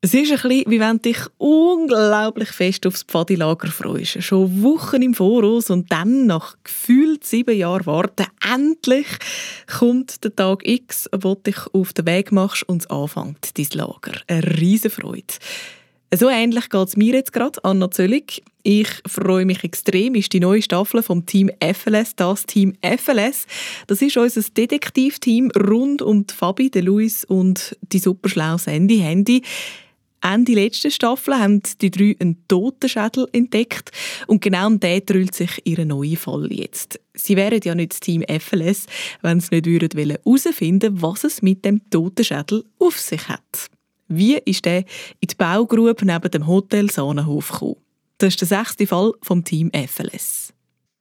Es ist ein bisschen, wie wenn du dich unglaublich fest aufs Pfadilager freust. Schon Wochen im Voraus und dann, nach gefühlt 7 Jahren Warten, endlich kommt der Tag X, wo du dich auf den Weg machst und es anfängt, dein Lager. Eine riesen Freude. So ähnlich geht es mir jetzt gerade, Anna Zöllig. Ich freue mich extrem, ist die neue Staffel vom Team FLS, das Team FLS. Das ist unser Detektivteam rund um die Fabi, den Luis und die superschlaue Sandy Handy. Ende letzter Staffel haben die 3 einen Totenschädel entdeckt und genau um den dreht sich ihr neuer Fall jetzt. Sie wären ja nicht das Team FLS, wenn sie nicht herausfinden würden, was es mit dem Totenschädel auf sich hat. Wie ist der in die Baugrube neben dem Hotel Sahnenhof gekommen? Das ist der 6. Fall vom Team FLS.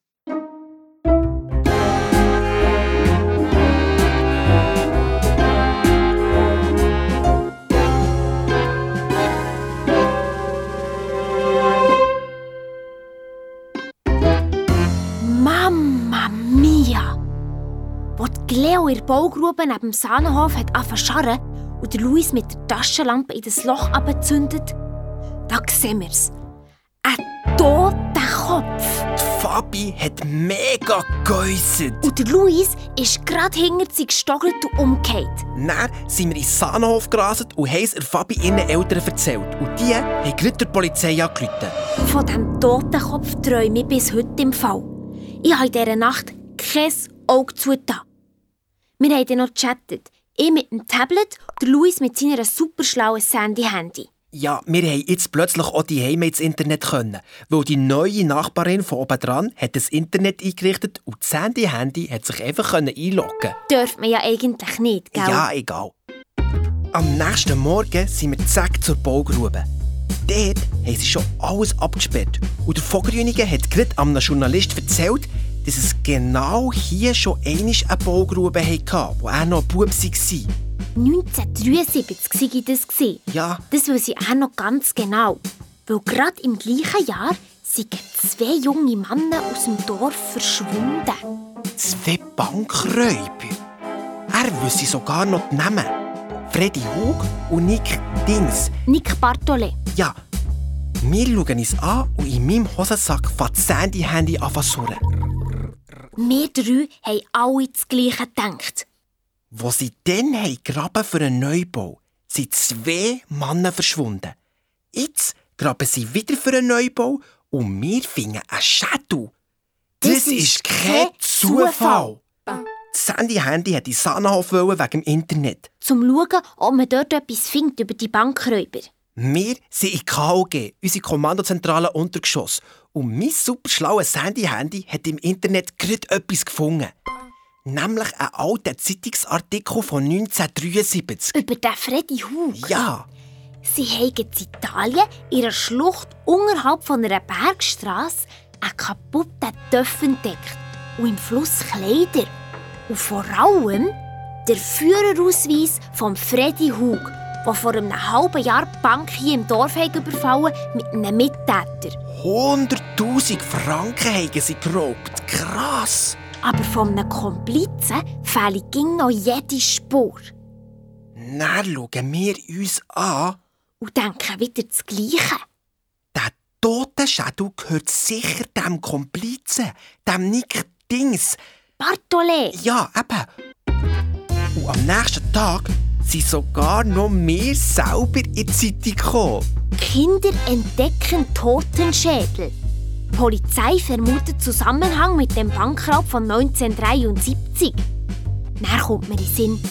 Mamma mia! Wo die Leo in der Baugrube neben dem Sahnenhof angefangen zu scharren und der Luis mit der Taschenlampe in das Loch abgezündet, da sehen wir's. Ein toter Kopf. Die Fabi hat mega geäusert. Und der Luis ist gerade hinter sie gestockelt und umgekehrt. Dann sind wir in den Sahnenhof gerastet und haben es der Fabi ihren Eltern erzählt. Und die haben gerade der Polizei angerufen. Von diesem toten Kopf träume ich bis heute im Fall. Ich habe in dieser Nacht kein Auge zugetan. Wir haben dann noch gechattet. Ich mit dem Tablet, der Luis mit seiner superschlauen Sandy-Handy. Ja, wir haben jetzt plötzlich auch die Heime ins Internet können, weil die neue Nachbarin von oben dran hat das Internet eingerichtet und das Handy hat sich einfach einloggen. Dürfen wir ja eigentlich nicht, gell? Ja, egal. Am nächsten Morgen sind wir zack zur Baugrube. Dort haben sie schon alles abgesperrt. Und der Vogelrüniger hat gerade einem Journalist erzählt, dass es genau hier schon einmal eine Baugrube hatte, wo er noch ein Bub war. 1973 war das. Ja. Das weiß ich auch noch ganz genau. Weil gerade im gleichen Jahr sind 2 junge Männer aus dem Dorf verschwunden. 2 Bankräuber. Er wüsste sogar noch die Namen. Freddy Hug und Nick Dings. Nick Bartole. Ja. Wir schauen uns an und in meinem Hosensack fängt das Sandy-Handy an zu surren. Wir 3 haben alle das Gleiche gedacht. Wo sie dann graben für einen Neubau, sind 2 Männer verschwunden. Jetzt graben sie wieder für einen Neubau und wir finden einen Schädel. Das ist kein Zufall. Das Sandy-Handy hat in Sahnenhof wegen dem Internet. Zum schauen, ob man dort etwas findet über die Bankräuber. Wir sind in KOG, unsere Kommandozentrale Untergeschoss. Und mein superschlaues Sandy-Handy hat im Internet gerade etwas gefunden. Nämlich einen alten Zeitungsartikel von 1973. Über den Freddy Hug? Ja. Sie haben in Italien in einer Schlucht unterhalb von einer Bergstrasse einen kaputten Töpf entdeckt. Und im Fluss Kleider. Und vor allem der Führerausweis von Freddy Hug, der vor einem halben Jahr die Bank hier im Dorf überfallen mit einem Mittäter. 100'000 Franken haben sie geraubt. Krass. Aber von einem Komplizen fehlt noch jede Spur. Dann schauen wir uns an und denken wieder das Gleiche. Der tote Schädel gehört sicher dem Komplizen, dem Nick Dings. Bartole! Ja, eben. Und am nächsten Tag sind sogar noch wir selber in die Zeitung gekommen. Kinder entdecken Totenschädel. Die Polizei vermutet Zusammenhang mit dem Bankraub von 1973. Dann kommt mir in den Sinn.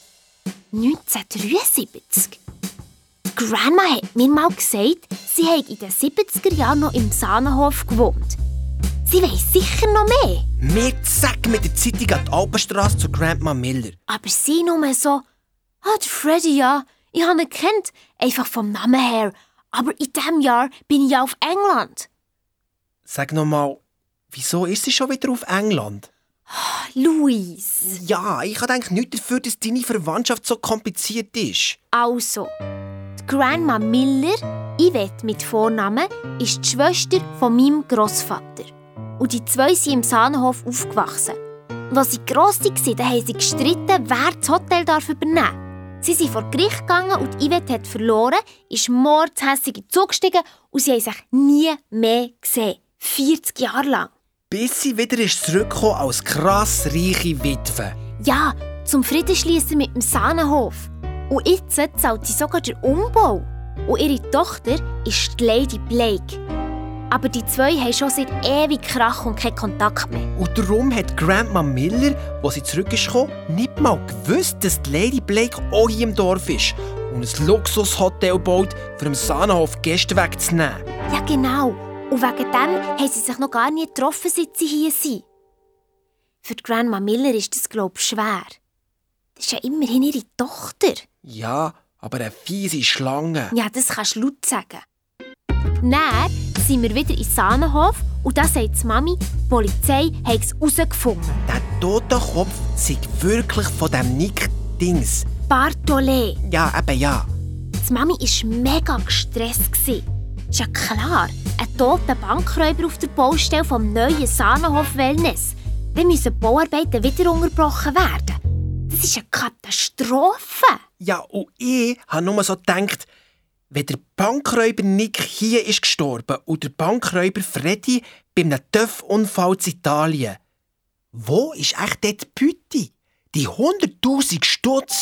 1973? Grandma hat mir mal gesagt, sie habe in den 70er Jahren noch im Sahnenhof gewohnt. Sie weiss sicher noch mehr. Wir zack mit der Zeitung an die Alpenstrasse zu Grandma Miller. Aber sie nur so, der Freddy, ja, ich habe ihn gekannt, einfach vom Namen her. Aber in diesem Jahr bin ich ja auf England. Sag noch mal, wieso ist sie schon wieder auf England? Luis. Ja, ich habe eigentlich nichts dafür, dass deine Verwandtschaft so kompliziert ist. Also, die Grandma Miller, Yvette mit Vornamen, ist die Schwester von meinem Grossvater. Und die 2 sind im Sahnenhof aufgewachsen. Und als sie gross waren, haben sie gestritten, wer das Hotel übernehmen darf. Sie sind vor Gericht gegangen und Yvette hat verloren, ist mordshässig in den Zug gestiegen und sie haben sich nie mehr gesehen. 40 Jahre lang. Bis sie wieder zurückgekommen als krass reiche Witwe. Ja, zum Friedensschliessen mit dem Sahnenhof. Und jetzt zahlt sie sogar den Umbau. Und ihre Tochter ist die Lady Blake. Aber die zwei haben schon seit ewig Krach und keinen Kontakt mehr. Und darum hat Grandma Miller, als sie zurückgekommen ist, nicht mal gewusst, dass die Lady Blake auch hier im Dorf ist und ein Luxushotel baut, für im Sahnenhof Gäste wegzunehmen. Ja, genau. Und wegen dem haben sie sich noch gar nie getroffen, seit sie hier sind. Für die Grandma Miller ist das, glaube ich, schwer. Das ist ja immerhin ihre Tochter. Ja, aber eine fiese Schlange. Ja, das kannst du laut sagen. Dann sind wir wieder in Sahnenhof und da sagt die Mami, die Polizei hat es herausgefunden. Der Totenkopf sei wirklich von dem Nick Dings. Bartholé. Ja, eben ja. Die Mami war mega gestresst. Ist ja klar, ein toter Bankräuber auf der Baustelle vom neuen Sahnenhof Wellness. Dann müssen die Bauarbeiten wieder unterbrochen werden. Das ist eine Katastrophe. Ja, und ich habe nur so gedacht, wenn der Bankräuber Nick hier ist gestorben und der Bankräuber Freddy bei einem TÜV-Unfall in Italien, wo ist echt dort die Beute? Die 100'000 Stutz?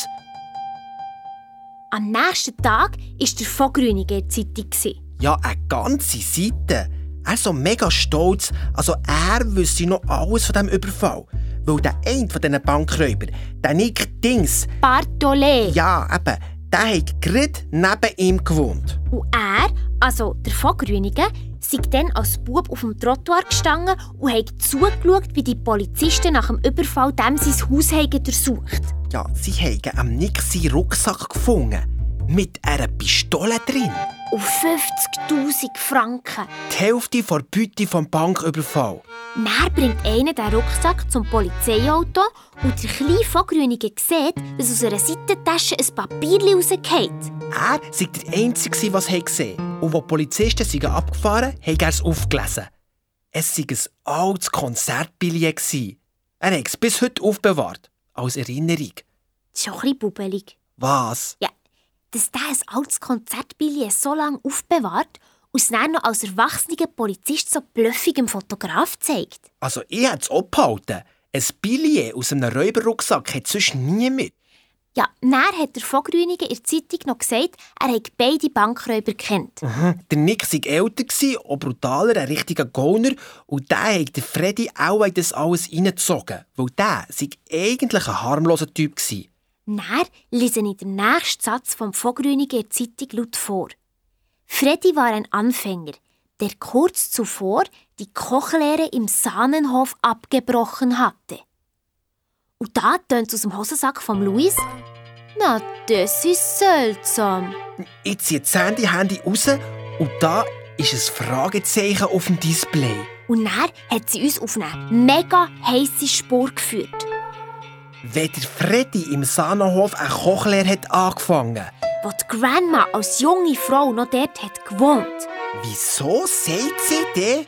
Am nächsten Tag war der Vogrüniger in der Zeitung. Ja, eine ganze Seite. Er ist so mega stolz, also er wüsste noch alles von diesem Überfall. Weil der eine von diesen Bankräubern, der Nick Dings, Bartholé. ja eben, der hat gerade neben ihm gewohnt. Und er, also der Vogrüniger, sei dann als Bub auf dem Trottoir gestanden und hat zugeschaut, wie die Polizisten nach dem Überfall dem sein Haus durchsucht. Ja, sie haben am Nick seinen Rucksack gefunden. Mit einer Pistole drin. Und 50'000 Franken. Die Hälfte der Beute vom Banküberfall. Dann bringt einer den Rucksack zum Polizeiauto und der kleine Vogrüniger sieht, dass aus einer Seitentasche ein Papierchen rausgeht. Er war der Einzige, der es gesehen hat. Und als die Polizisten abgefahren sind, hat er es aufgelesen. Es war ein altes Konzertbillett. Er hat es bis heute aufbewahrt. Als Erinnerung. Das ist schon ein bisschen bubbelig. Was? Ja, dass der ein altes Konzertbillett so lange aufbewahrt und es dann noch als erwachsener Polizist so blöffig dem Fotograf zeigt. Also ich hätte es abgehalten. Ein Billett aus einem Räuberrucksack hat sonst nie mit. Ja, dann hat der Vogrüniger in der Zeitung noch gesagt, er hätte beide Bankräuber gekannt. Der Nick war älter, auch brutaler, ein richtiger Gauner. Und der hat der Freddy auch in das alles reingezogen. Weil der war eigentlich ein harmloser Typ. Dann lese ich den nächsten Satz vom Vogrüniger in der Zeitung laut vor. Freddy war ein Anfänger, der kurz zuvor die Kochlehre im Sahnenhof abgebrochen hatte. Und da tönt aus dem Hosensack von Luis: «Na, das ist seltsam.» Ich ziehe das Handy raus und da ist ein Fragezeichen auf dem Display. Und dann hat sie uns auf eine mega heisse Spur geführt. Wenn der Freddy im Sahnenhof eine Kochlehre hat angefangen. Wo die Grandma als junge Frau noch dort hat gewohnt. Wieso sagt sie das?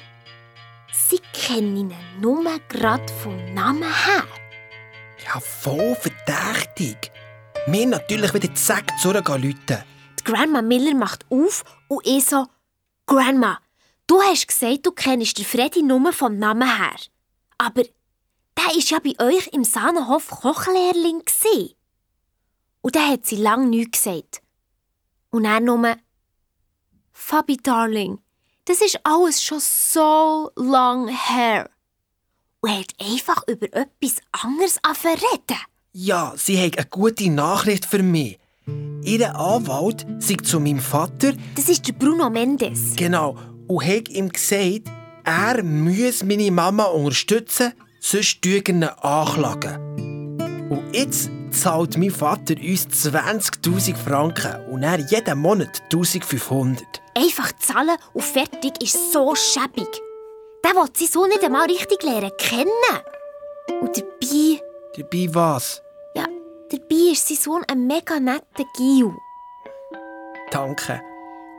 Sie kennen ihn nur gerade vom Namen her. Ja, voll verdächtig. Wir natürlich wieder zack zurückrufen. Die Grandma Miller macht auf und ich so: «Grandma, du hast gesagt, du kennst den Freddy nur vom Namen her. Aber der war ja bei euch im Sahnenhof Kochlehrling. Und dann hat sie lange nichts gesagt. Und er nur: «Fabi, Darling, das ist alles schon so lang her.» Und er hat einfach über etwas anderes reden. Ja, sie hat eine gute Nachricht für mich. Ihr Anwalt sagt zu meinem Vater, Das ist der Bruno Mendes. genau, und hat ihm gesagt, er müsse meine Mama unterstützen, sonst tue er ihn anklagen. Und jetzt zahlt mein Vater uns 20'000 Franken und er jeden Monat 1'500. Einfach zahlen und fertig ist so schäbig. Der will sie so nicht einmal richtig lernen kennen. Und dabei... Dabei was? Ja, dabei ist sein Sohn ein mega netter Gil. Danke.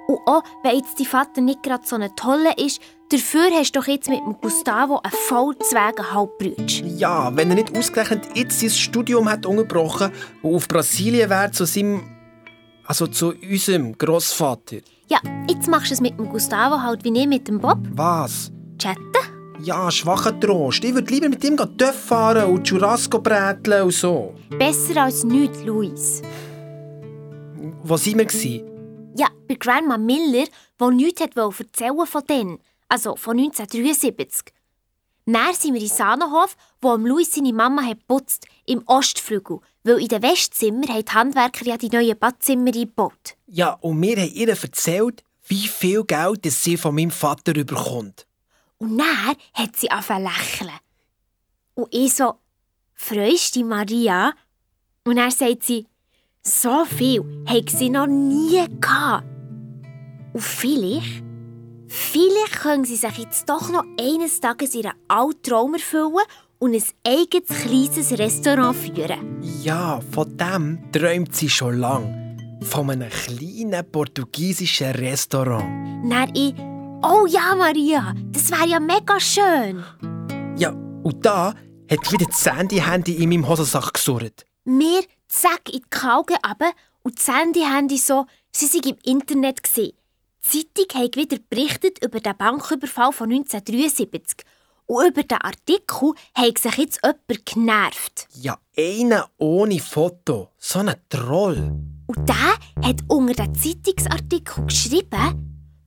Und auch wenn jetzt dein Vater nicht gerade so ein Toller ist, dafür hast du doch jetzt mit dem Gustavo einen vollzweigen Halbbrütsch. Ja, wenn er nicht ausgerechnet jetzt sein Studium hat unterbrochen und auf Brasilien wäre zu unserem Grossvater. Ja, jetzt machst du es mit dem Gustavo halt wie ich mit dem Bob. Was? Chatten? Ja, schwacher Trost. Ich würde lieber mit ihm Töff fahren und Churrasco bräteln und so. Besser als nichts, Luis. Wo waren wir? Ja, bei Grandma Miller, die nichts erzählen von denen. Also von 1973. Dann sind wir in Sahnenhof, wo Luis seine Mama hat putzt, im Ostflügel. Weil in den Westzimmern haben die Handwerker ja die neuen Badzimmer eingebaut. Ja, und wir haben ihr erzählt, wie viel Geld sie von meinem Vater bekommt. Und dann hat sie angefangen zu lächeln. Und ich so, freust dich, Maria? Und dann sagt sie, so viel hat sie noch nie gehabt. Und vielleicht können sie sich jetzt doch noch eines Tages ihren Albtraum erfüllen und ein eigenes kleines Restaurant führen. Ja, von dem träumt sie schon lange. Von einem kleinen portugiesischen Restaurant. Dann ich, oh ja, Maria, das wäre ja mega schön. Ja, und da hat wieder das Sandy-Handy in meinem Hosensack gesurrt. Wir zack in die Kauge runter und das Handy so, sie waren im Internet. Die Zeitung hat wieder berichtet über den Banküberfall von 1973. Und über den Artikel hat sich jetzt jemand genervt. Ja, einer ohne Foto. So ein Troll. Und der hat unter den Zeitungsartikel geschrieben,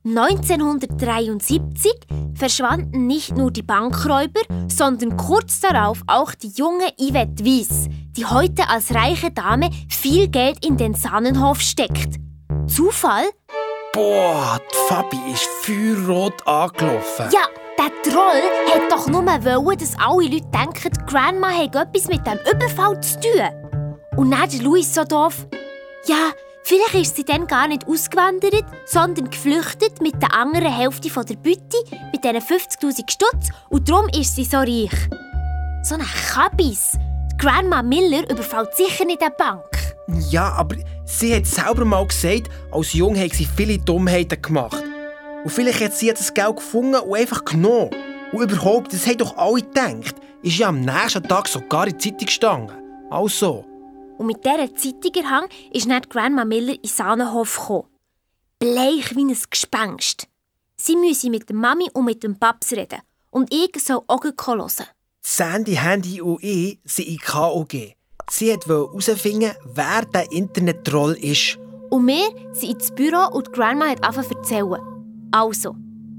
1973 verschwanden nicht nur die Bankräuber, sondern kurz darauf auch die junge Yvette Weiss, die heute als reiche Dame viel Geld in den Sahnenhof steckt. Zufall? Boah, die Fabi ist feuerrot angelaufen. Ja, der Troll hat doch nur wollen, dass alle Leute denken, die Grandma hat etwas mit dem Überfall zu tun. Und dann der Luis so doof. Ja, vielleicht ist sie dann gar nicht ausgewandert, sondern geflüchtet mit der anderen Hälfte der Beute, mit diesen 50'000 Stutz, und darum ist sie so reich. So eine Kabis. Die Grandma Miller überfällt sicher nicht eine Bank. Ja, aber sie hat selber mal gesagt, als Jung hat sie viele Dummheiten gemacht. Und vielleicht hat sie das Geld gefunden und einfach genommen. Und überhaupt, das haben doch alle gedacht. Ist ja am nächsten Tag sogar in der Zeitung gestanden. Also. Und mit dieser Zeitungerhang ist dann die Grandma Miller in Sahnenhof gekommen. Bleich wie ein Gespenst. Sie müsse mit der Mami und mit dem Paps reden. Und ich soll auch hören. Sandy, Handy und ich sind in KOG. Sie wollte herausfinden, wer der Internet-Troll ist. Und wir sind ins Büro und die Grandma hat angefangen zu erzählen. Also,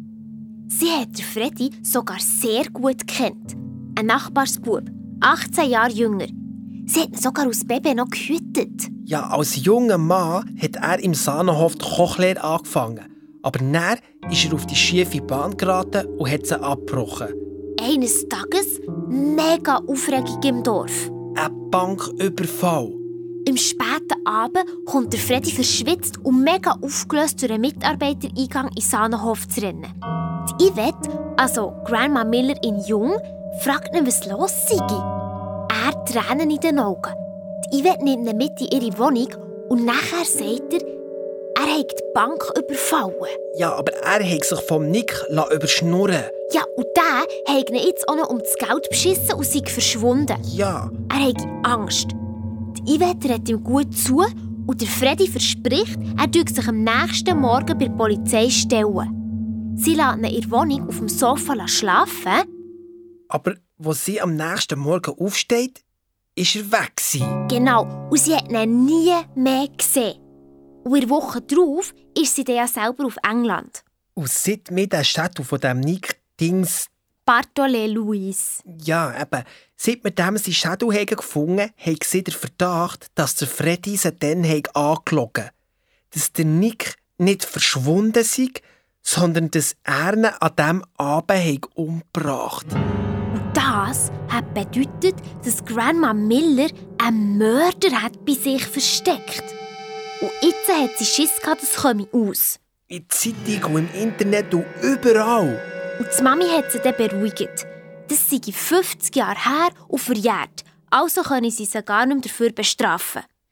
sie hat Freddy sogar sehr gut gekannt. Ein Nachbarsbub, 18 Jahre jünger. Sie hat ihn sogar als Baby noch gehütet. Ja, als junger Mann hat er im Sahnenhof die Kochlehre angefangen. Aber dann ist er auf die schiefe Bahn geraten und hat sie abgebrochen. Eines Tages mega Aufregung im Dorf. Ein Banküberfall. Im späten Abend kommt der Freddy verschwitzt und mega aufgelöst durch einen Mitarbeitereingang in Sahnenhof zu rennen. Die Yvette, also Grandma Miller in Jung, fragt ihn, was los sei. Er hat Tränen in den Augen. Die Yvette nimmt ihn mit in ihre Wohnung und nachher sagt er hat die Bank überfallen. Ja, aber er hat sich vom Nick überschnurren. Ja, und der hat ihn jetzt auch noch um das Geld beschissen und sei verschwunden. Ja. Er hat Angst. Die Yvette redet ihm gut zu und der Freddy verspricht, er würde sich am nächsten Morgen bei der Polizei stellen. Sie lässt ihn in ihrer Wohnung auf dem Sofa schlafen. Aber als sie am nächsten Morgen aufsteht, ist er weg gewesen. Genau, und sie hat ihn nie mehr gesehen. Und in der Woche darauf ist sie dann ja selber auf England. Und seit wir den Statue von dem Nick-Dings... Bartolé Luis. Ja, eben. Seit wir dem seinen Shadow gefunden haben, haben sie den Verdacht, dass der Freddy sie dann angelogen hat. Dass der Nick nicht verschwunden sei, sondern dass er ihn an diesem Abend umgebracht hat. Und das hat bedeutet, dass Grandma Miller einen Mörder hat bei sich versteckt. Und jetzt hat sie Schiss gehabt, das komme aus. In der Zeitung und im Internet und überall. Und die Mami hat sie dann beruhigt. Das sei 50 Jahre her und verjährt. Also können sie sie gar nicht mehr dafür bestrafen.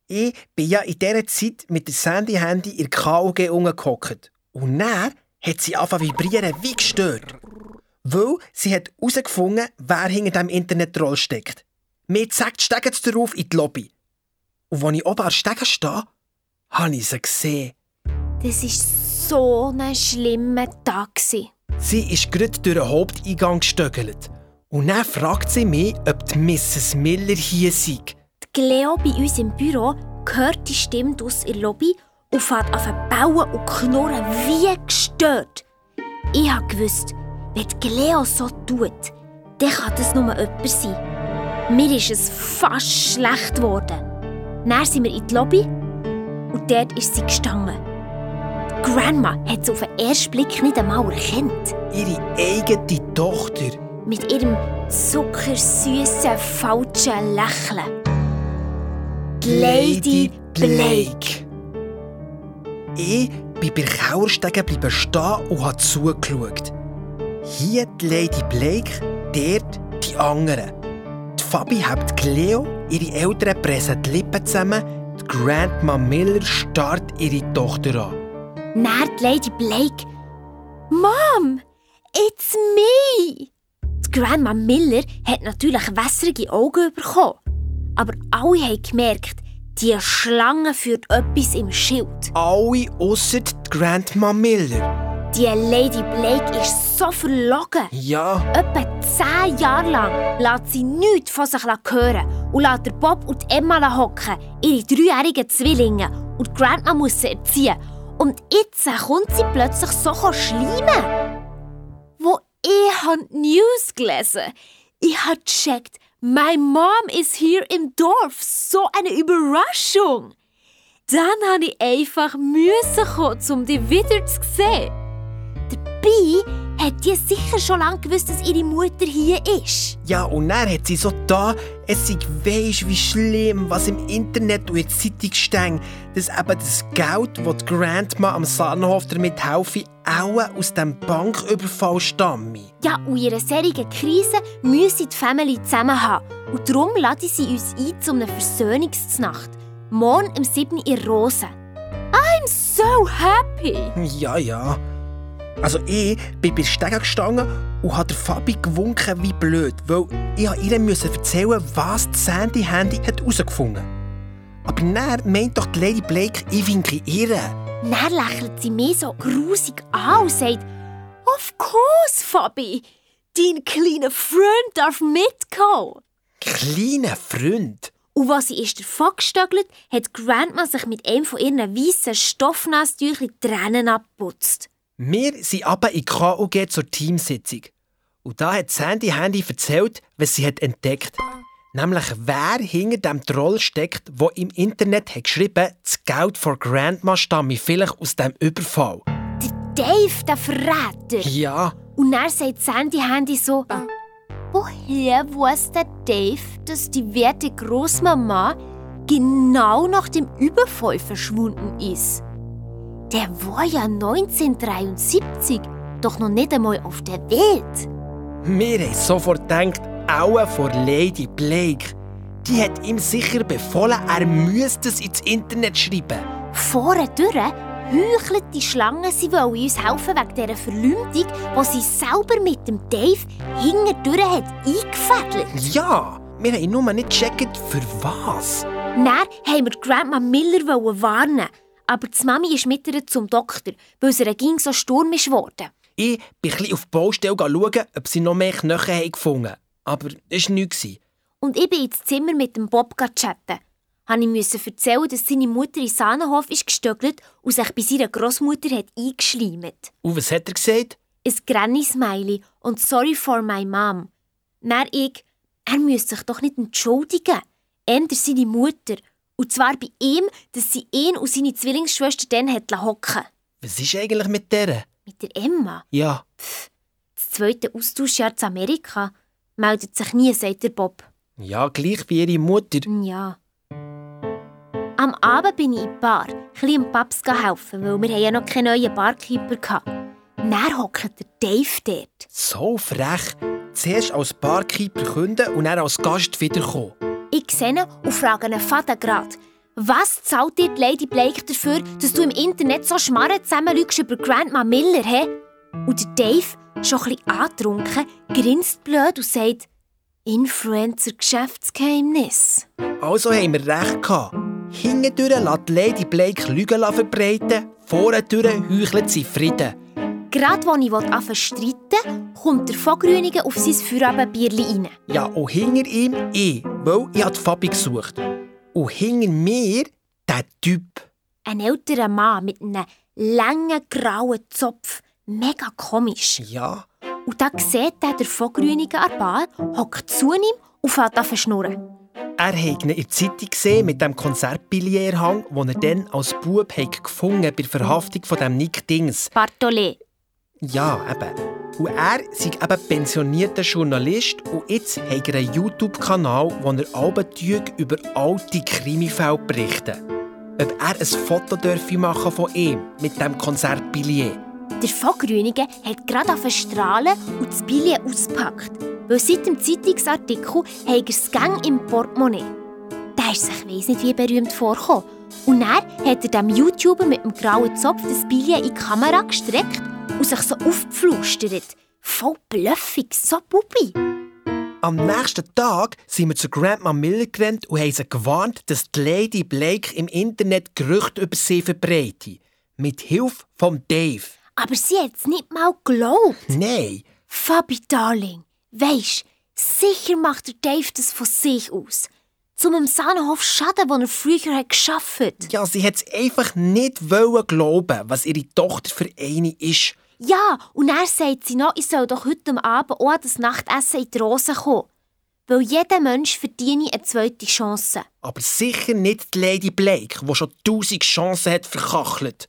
Ich bin ja in dieser Zeit mit dem Sandy-Handy in der KUG umgehockt. Und dann hat sie angefangen zu vibrieren wie gestört. Weil sie hat herausgefunden, wer hinter diesem Internet-Troll steckt. Mir zeigt Stegen darauf in die Lobby. Und als ich oben an der Stege stehe, habe ich sie gesehen. Das war so ein schlimmer Tag. Sie ist gerade durch den Haupteingang gestöckelt. Und dann fragt sie mich, ob die Mrs. Miller hier sei. Die Cleo bei uns im Büro hört die Stimme aus in der Lobby und fängt an zu bauen und knurren wie gestört. Ich wusste, wenn die Cleo so tut, dann kann das nur jemand sein. Mir ist es fast schlecht geworden. Dann sind wir in die Lobby und dort ist sie gestanden. Die Grandma hat sie auf den ersten Blick nicht einmal erkannt. Ihre eigene Tochter. Mit ihrem zuckersüßen, falschen Lächeln. Lady Blake. Ich bin bei der Kauerstege stehen und habe zugeschaut. Hier die Lady Blake, dort die anderen. Die Fabi hebt Cleo, ihre Eltern pressen die Lippen zusammen, die Grandma Miller starrt ihre Tochter an. Dann die Lady Blake. Mom, it's me! Die Grandma Miller hat natürlich wässrige Augen bekommen. Aber alle haben gemerkt, die Schlange führt etwas im Schild. Alle ausser die Grandma Miller. Die Lady Blake ist so verlogen. Ja. Etwa 10 Jahre lang lässt sie nichts von sich hören und lässt der Bob und Emma hocken, ihre 3-jährigen Zwillinge. Und die Grandma muss sie erziehen. Und jetzt kommt sie plötzlich so schleimen. Wo ich News gelesen habe, ich habe gecheckt, my mom is here im Dorf. So eine Überraschung. Dann musste ich einfach kommen, um die wieder zu sehen. Dabei hat die sicher schon lange gewusst, dass ihre Mutter hier ist. Ja, und dann hat sie so da, es sei weisst, wie schlimm, was im Internet und in der Zeitung steht, dass eben das Geld, das die Grandma am Sahnenhof damit helfe, auch aus dem Banküberfall stamme. Ja, und in einer solchen Krise müsse die Family zusammen haben. Und darum laden sie uns ein zu einer Versöhnungsnacht. Morgen um 7 Uhr in Rosen. I'm so happy! Ja. Also ich bin bei der Stege gestanden und habe der Fabi gewunken wie blöd, weil ich ihr erzählen musste, was das Sandy-Handy herausgefunden hat. Aber dann meint doch die Lady Blake, ich winke ihr. Dann lächelt sie mich so grusig an und sagt, «Of course, Fabi, dein kleiner Freund darf mitkommen.» Kleiner Freund? Und als sie davon gestöckelt, hat Grandma sich mit einem von ihren weißen Stoffnasstüchern die Tränen abgeputzt. Wir sind aber in KUG zur Teamsitzung. Und da hat Sandy Handy erzählt, was sie hat entdeckt. Nämlich, wer hinter dem Troll steckt, der im Internet hat geschrieben, das Geld von Grandma stamme vielleicht aus dem Überfall. Der Dave, der Verräter. Ja. Und dann sagt Sandy Handy so, woher weiß der Dave, dass die werte Großmama genau nach dem Überfall verschwunden ist? Der war ja 1973 doch noch nicht einmal auf der Welt. Wir haben sofort gedacht, auch von Lady Blake. Die hat ihm sicher befohlen, er müsste es ins Internet schreiben. Vorne durch heuchelt die Schlange, sie wollen uns helfen wegen dieser Verleumdung, die sie selber mit dem Dave hintendurch hat eingefädelt. Ja, wir haben nur nicht gecheckt, für was. Dann wollten wir Grandma Miller warnen. Aber die Mami ist mit ihr zum Doktor, weil es ihr so Sturm ist geworden. Ich bin ein bisschen auf die Baustelle schauen, ob sie noch mehr Knochen gefunden haben. Aber das war nichts. Und ich bin ins Zimmer mit dem Bob chatten. Ich musste erzählen, dass seine Mutter in Sahnenhof ist gestöckelt und sich bei seiner Großmutter hat eingeschleimt. Und was hat er gesagt? Ein Granny-Smiley und «Sorry for my mom». Dann er müsste sich doch nicht entschuldigen. Eher seine Mutter. Und zwar bei ihm, dass sie ihn und seine Zwillingsschwester dann hocken. Was ist eigentlich mit der? Mit der Emma? Ja. Das 2. Austauschjahr zu Amerika. Meldet sich nie, sagt der Bob. Ja, gleich wie ihre Mutter. Ja. Am Abend bin ich in die Bar, ein bisschen dem Paps helfen, weil wir ja noch keinen neuen Barkeeper hatten. Dann hockt der Dave dort. So frech. Zuerst als Barkeeper künden und dann als Gast wiederkommen. Ich sehe ihn und frage ihn Vater grad, Was zahlt dir die Lady Blake dafür, dass du im Internet so Schmarren zusammenlügst über Grandma Miller, he? Und der Dave, schon ein bisschen angetrunken, grinst blöd und sagt, Influencer-Geschäftsgeheimnis. Also haben wir recht gehabt. Hintendurch lässt Lady Blake Lügen verbreiten, vorne heuchelt sie Frieden. Gerade als ich anfangen zu streiten, kommt der Vogrünigen auf sein Feierabendbierli rein. Ja, und hinter ihm ich, weil ich die Fabi gesucht. Und hinter mir der Typ. Ein älterer Mann mit einem langen grauen Zopf. Mega komisch. Ja. Und da sieht er der Vogrünigen an der Bar, hockt zu ihm und fängt an zu schnurren. Er hat ihn in der Zeitung gesehen mit dem Konzertbillierhang, den er dann als Bub gefunden hat bei der Verhaftung von dem Nick Dings. Bartholé. Ja, eben. Und er ist eben pensionierter Journalist und jetzt hat er einen YouTube-Kanal, wo er Abenteuer über alte Krimifälle berichtet. Ob er ein Foto machen von ihm mit dem Konzertbillet. Der Vogrünigen hat gerade auf strahlen und das Billet auspackt. Weil seit dem Zeitungsartikel hat er es Gang im Portemonnaie. Der ist sich weiss nicht wie berühmt vorgekommen. Und dann hat er dem YouTuber mit dem grauen Zopf das Billet in die Kamera gestreckt und sich so aufgeflüstert. Voll bluffig, so Bubi. Am nächsten Tag sind wir zu Grandma Miller gerannt und haben sie gewarnt, dass die Lady Blake im Internet Gerüchte über sie verbreitet. Mit Hilfe von Dave. Aber sie hat es nicht mal geglaubt. Nein. Fabi, Darling, weisst, sicher macht der Dave das von sich aus. Zum im Sahnenhof schaden, wo er früher geschafft hat. Ja, sie hat es einfach nicht glauben, was ihre Tochter für eine ist. Ja, und er sagt sie noch, ich soll doch heute Abend auch an das Nachtessen in die Rose kommen. Weil jeder Mensch verdiene eine zweite Chance. Aber sicher nicht die Lady Blake, die schon 1000 Chancen hat verkachelt.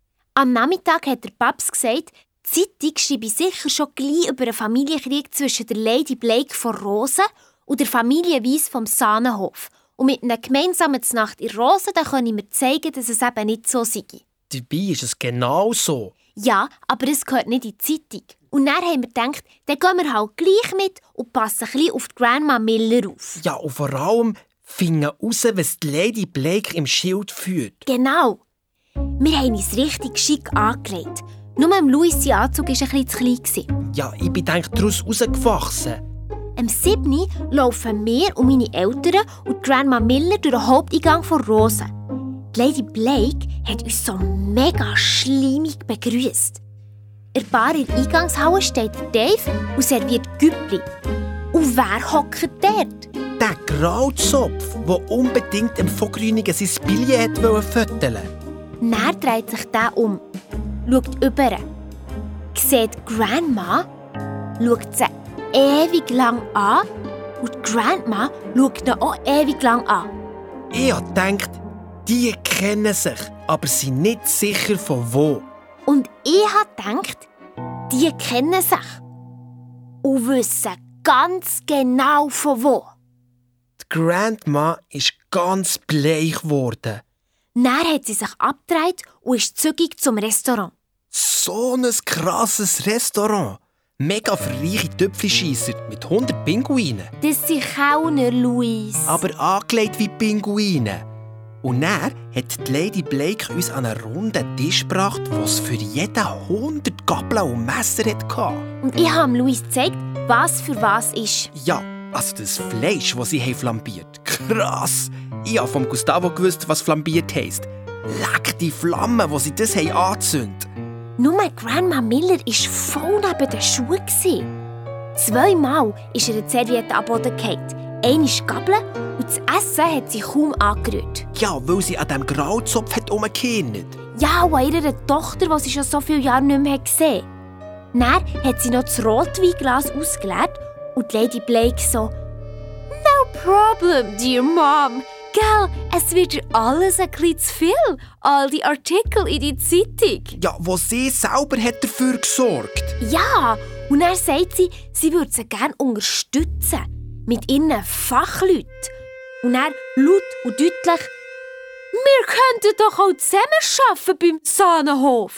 Am Nachmittag hat der Papst gesagt, die Zeitung schreibe sicher schon gleich über einen Familienkrieg zwischen der Lady Blake von Rosen und der Familie Weiss vom Sahnenhof. Und mit einer gemeinsamen Nacht in Rosen können wir zeigen, dass es eben nicht so sei. Dabei ist es genau so. Ja, aber es gehört nicht in die Zeitung. Und dann haben wir gedacht, dann gehen wir halt gleich mit und passen ein bisschen auf die Grandma Miller auf. Ja, und vor allem finden raus, was die Lady Blake im Schild führt. Genau. Wir haben uns richtig schick angelegt. Nur Louis sein Anzug war ein bisschen zu klein. Ja, ich bin daraus rausgewachsen. Am 7. laufen wir und meine Eltern und Grandma Miller durch den Haupteingang von Rosen. Die Lady Blake hat uns so mega schleimig begrüßt. In der Bar in der Eingangshalle steht Dave und serviert Güppli. Und wer hockt dort? Der Grauzopf, der unbedingt dem Vogrünigen sein Billett föteln wollte. Dann dreht sich der um, schaut über, sieht Grandma, schaut sie ewig lang an und die Grandma schaut ihn auch ewig lang an. Ich habe gedacht, die kennen sich, aber sind nicht sicher von wo. Und ich habe gedacht, die kennen sich und wissen ganz genau von wo. Die Grandma ist ganz bleich geworden. Dann hat sie sich abgedreht und ist zügig zum Restaurant. So ein krasses Restaurant. Mega für reiche Töpfelscheisser mit 100 Pinguinen. Das sind Kellner, Louis. Aber angelegt wie Pinguine. Und dann hat die Lady Blake uns an einen runden Tisch gebracht, wo es für jeden 100 Gabeln und Messer hatte. Und ich habe Louis gezeigt, was für was ist. Ja, also das Fleisch, das sie flambiert. Krass! Ich habe vom Gustavo gewusst, was flambiert heisst. Leck die Flammen, die sie das angezündet haben. Nur Grandma Miller war voll neben den Schuhen. 2-mal ist ihr die Serviette am Boden gefallen. Einmal Gabeln und das Essen hat sie kaum angerührt. Ja, weil sie an diesem Grauzopf umgekehrt. Ja, und an ihrer Tochter, die sie schon so viele Jahre nicht mehr gesehen hat. Dann hat sie noch das Rotweinglas ausgeleert und Lady Blake so «No problem, dear Mom. Gell, es wird dir alles ein bisschen zu viel. All die Artikel in die Zeitung.» Ja, wo sie selber hat dafür gesorgt. Ja, und dann sagt sie, sie würde sie gerne unterstützen. Mit ihren Fachleuten. Und dann laut und deutlich, «Wir könnten doch auch zusammenarbeiten beim Sahnenhof.»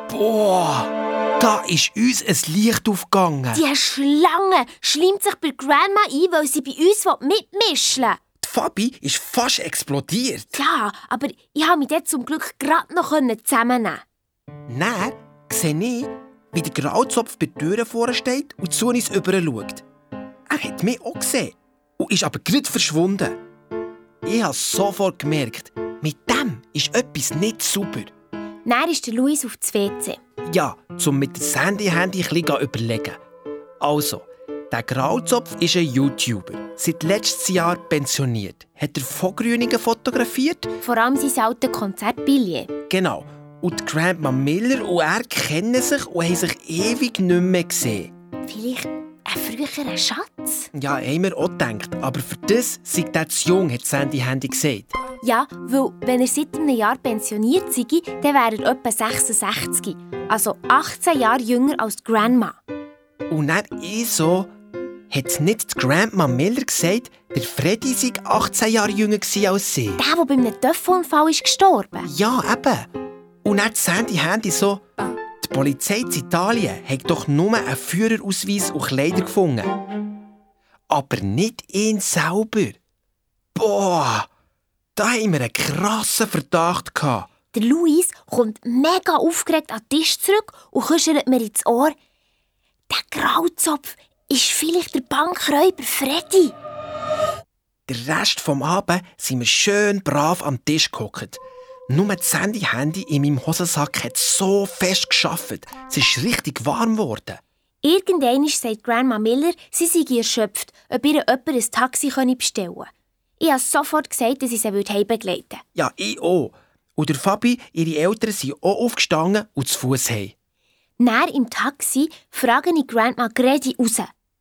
Boah, da ist uns ein Licht aufgegangen. Die Schlange schleimt sich bei Grandma ein, weil sie bei uns mitmischen will. Die Fabi ist fast explodiert. Ja, aber ich konnte mich dort zum Glück gerade noch zusammennehmen. Dann sehe ich, wie der Grauzopf bei der Tür vorne steht und zu uns rüber schaut. Er hat mich auch gesehen und ist aber gerade verschwunden. Ich habe sofort gemerkt, mit dem ist etwas nicht super. Dann ist der Luis auf das WC. Ja, um mit dem Handy ein bisschen überlegen. Also, der Grauzopf ist ein YouTuber. Seit letztes Jahr pensioniert. Hat er Vogrüningen fotografiert? Vor allem sein altes Konzertbillett. Genau. Und die Grandma Miller und er kennen sich und haben sich ewig nicht mehr gesehen. Vielleicht ein früherer Schatz? Ja, haben wir auch gedacht. Aber für das sei der zu jung, hat Sandy Handy gesagt. Ja, weil wenn er seit einem Jahr pensioniert sei, dann wäre er etwa 66. Also 18 Jahre jünger als die Grandma. Und dann so, hat nicht die Grandma Miller gesagt, der Freddy sei 18 Jahre jünger als sie. Der bei einem Töpfunfall ist gestorben. Ja, eben. Und dann Sandy Handy so, die Polizei in Italien hat doch nur einen Führerausweis und Kleider gefunden. Aber nicht ihn selber. Boah, da haben wir einen krassen Verdacht gehabt. Der Luis kommt mega aufgeregt an den Tisch zurück und kuschelt mir ins Ohr. Der Grauzopf ist vielleicht der Bankräuber Freddy. Den Rest vom Abend sind wir schön brav am Tisch gehockt. Nur das Handy in meinem Hosensack hat so fest geschafft. Es ist richtig warm geworden. Irgendwann sagt Grandma Miller, sie sei erschöpft, ob ihr jemand ein Taxi bestellen könne. Ich habe sofort gesagt, dass ich sie heimbegleiten würde. Ja, ich auch. Und der Fabi, ihre Eltern sind auch aufgestanden und zu Fuss heim. Dann im Taxi frage ich Grandma Gredi raus.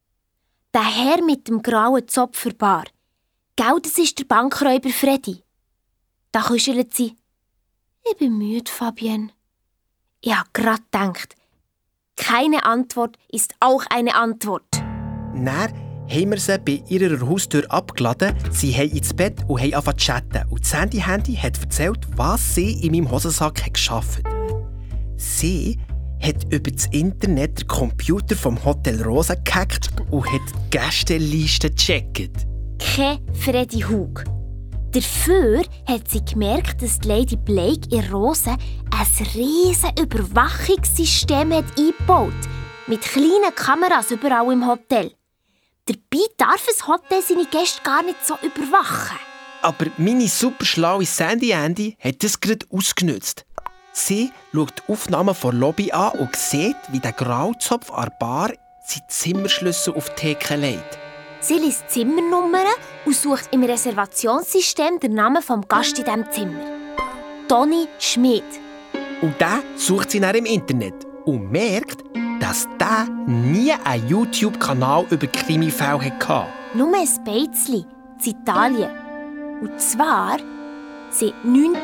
Der Herr mit dem grauen Zopf für Bar. Gell, das ist der Bankräuber Freddy. Da kuschelt sie. Ich bin müde, Fabienne. Ich habe gerade gedacht, keine Antwort ist auch eine Antwort. Dann haben wir sie bei ihrer Haustür abgeladen, sie haben ins Bett und haben angefangen zu chatten. Und Sandy Handy hat erzählt, was sie in meinem Hosensack hat geschafft. Sie hat über das Internet den Computer vom Hotel Rosa gehackt und hat die Gästeliste gecheckt. Kein Freddy Hug. Dafür hat sie gemerkt, dass Lady Blake in Rose ein riesiges Überwachungssystem hat eingebaut mit kleinen Kameras überall im Hotel. Dabei darf ein Hotel seine Gäste gar nicht so überwachen. Aber meine super schlaue Sandy Andy hat das gerade ausgenutzt. Sie schaut die Aufnahmen von Lobby an und sieht, wie der Grauzopf an der Bar seinen Zimmerschlüssel auf die Theke legt. Sie liest Zimmernummern und sucht im Reservationssystem den Namen des Gastes in diesem Zimmer. Toni Schmid. Und den sucht sie dann im Internet und merkt, dass der nie einen YouTube-Kanal über Krimifälle hatte. Nur ein bisschen, in Italien. Und zwar seit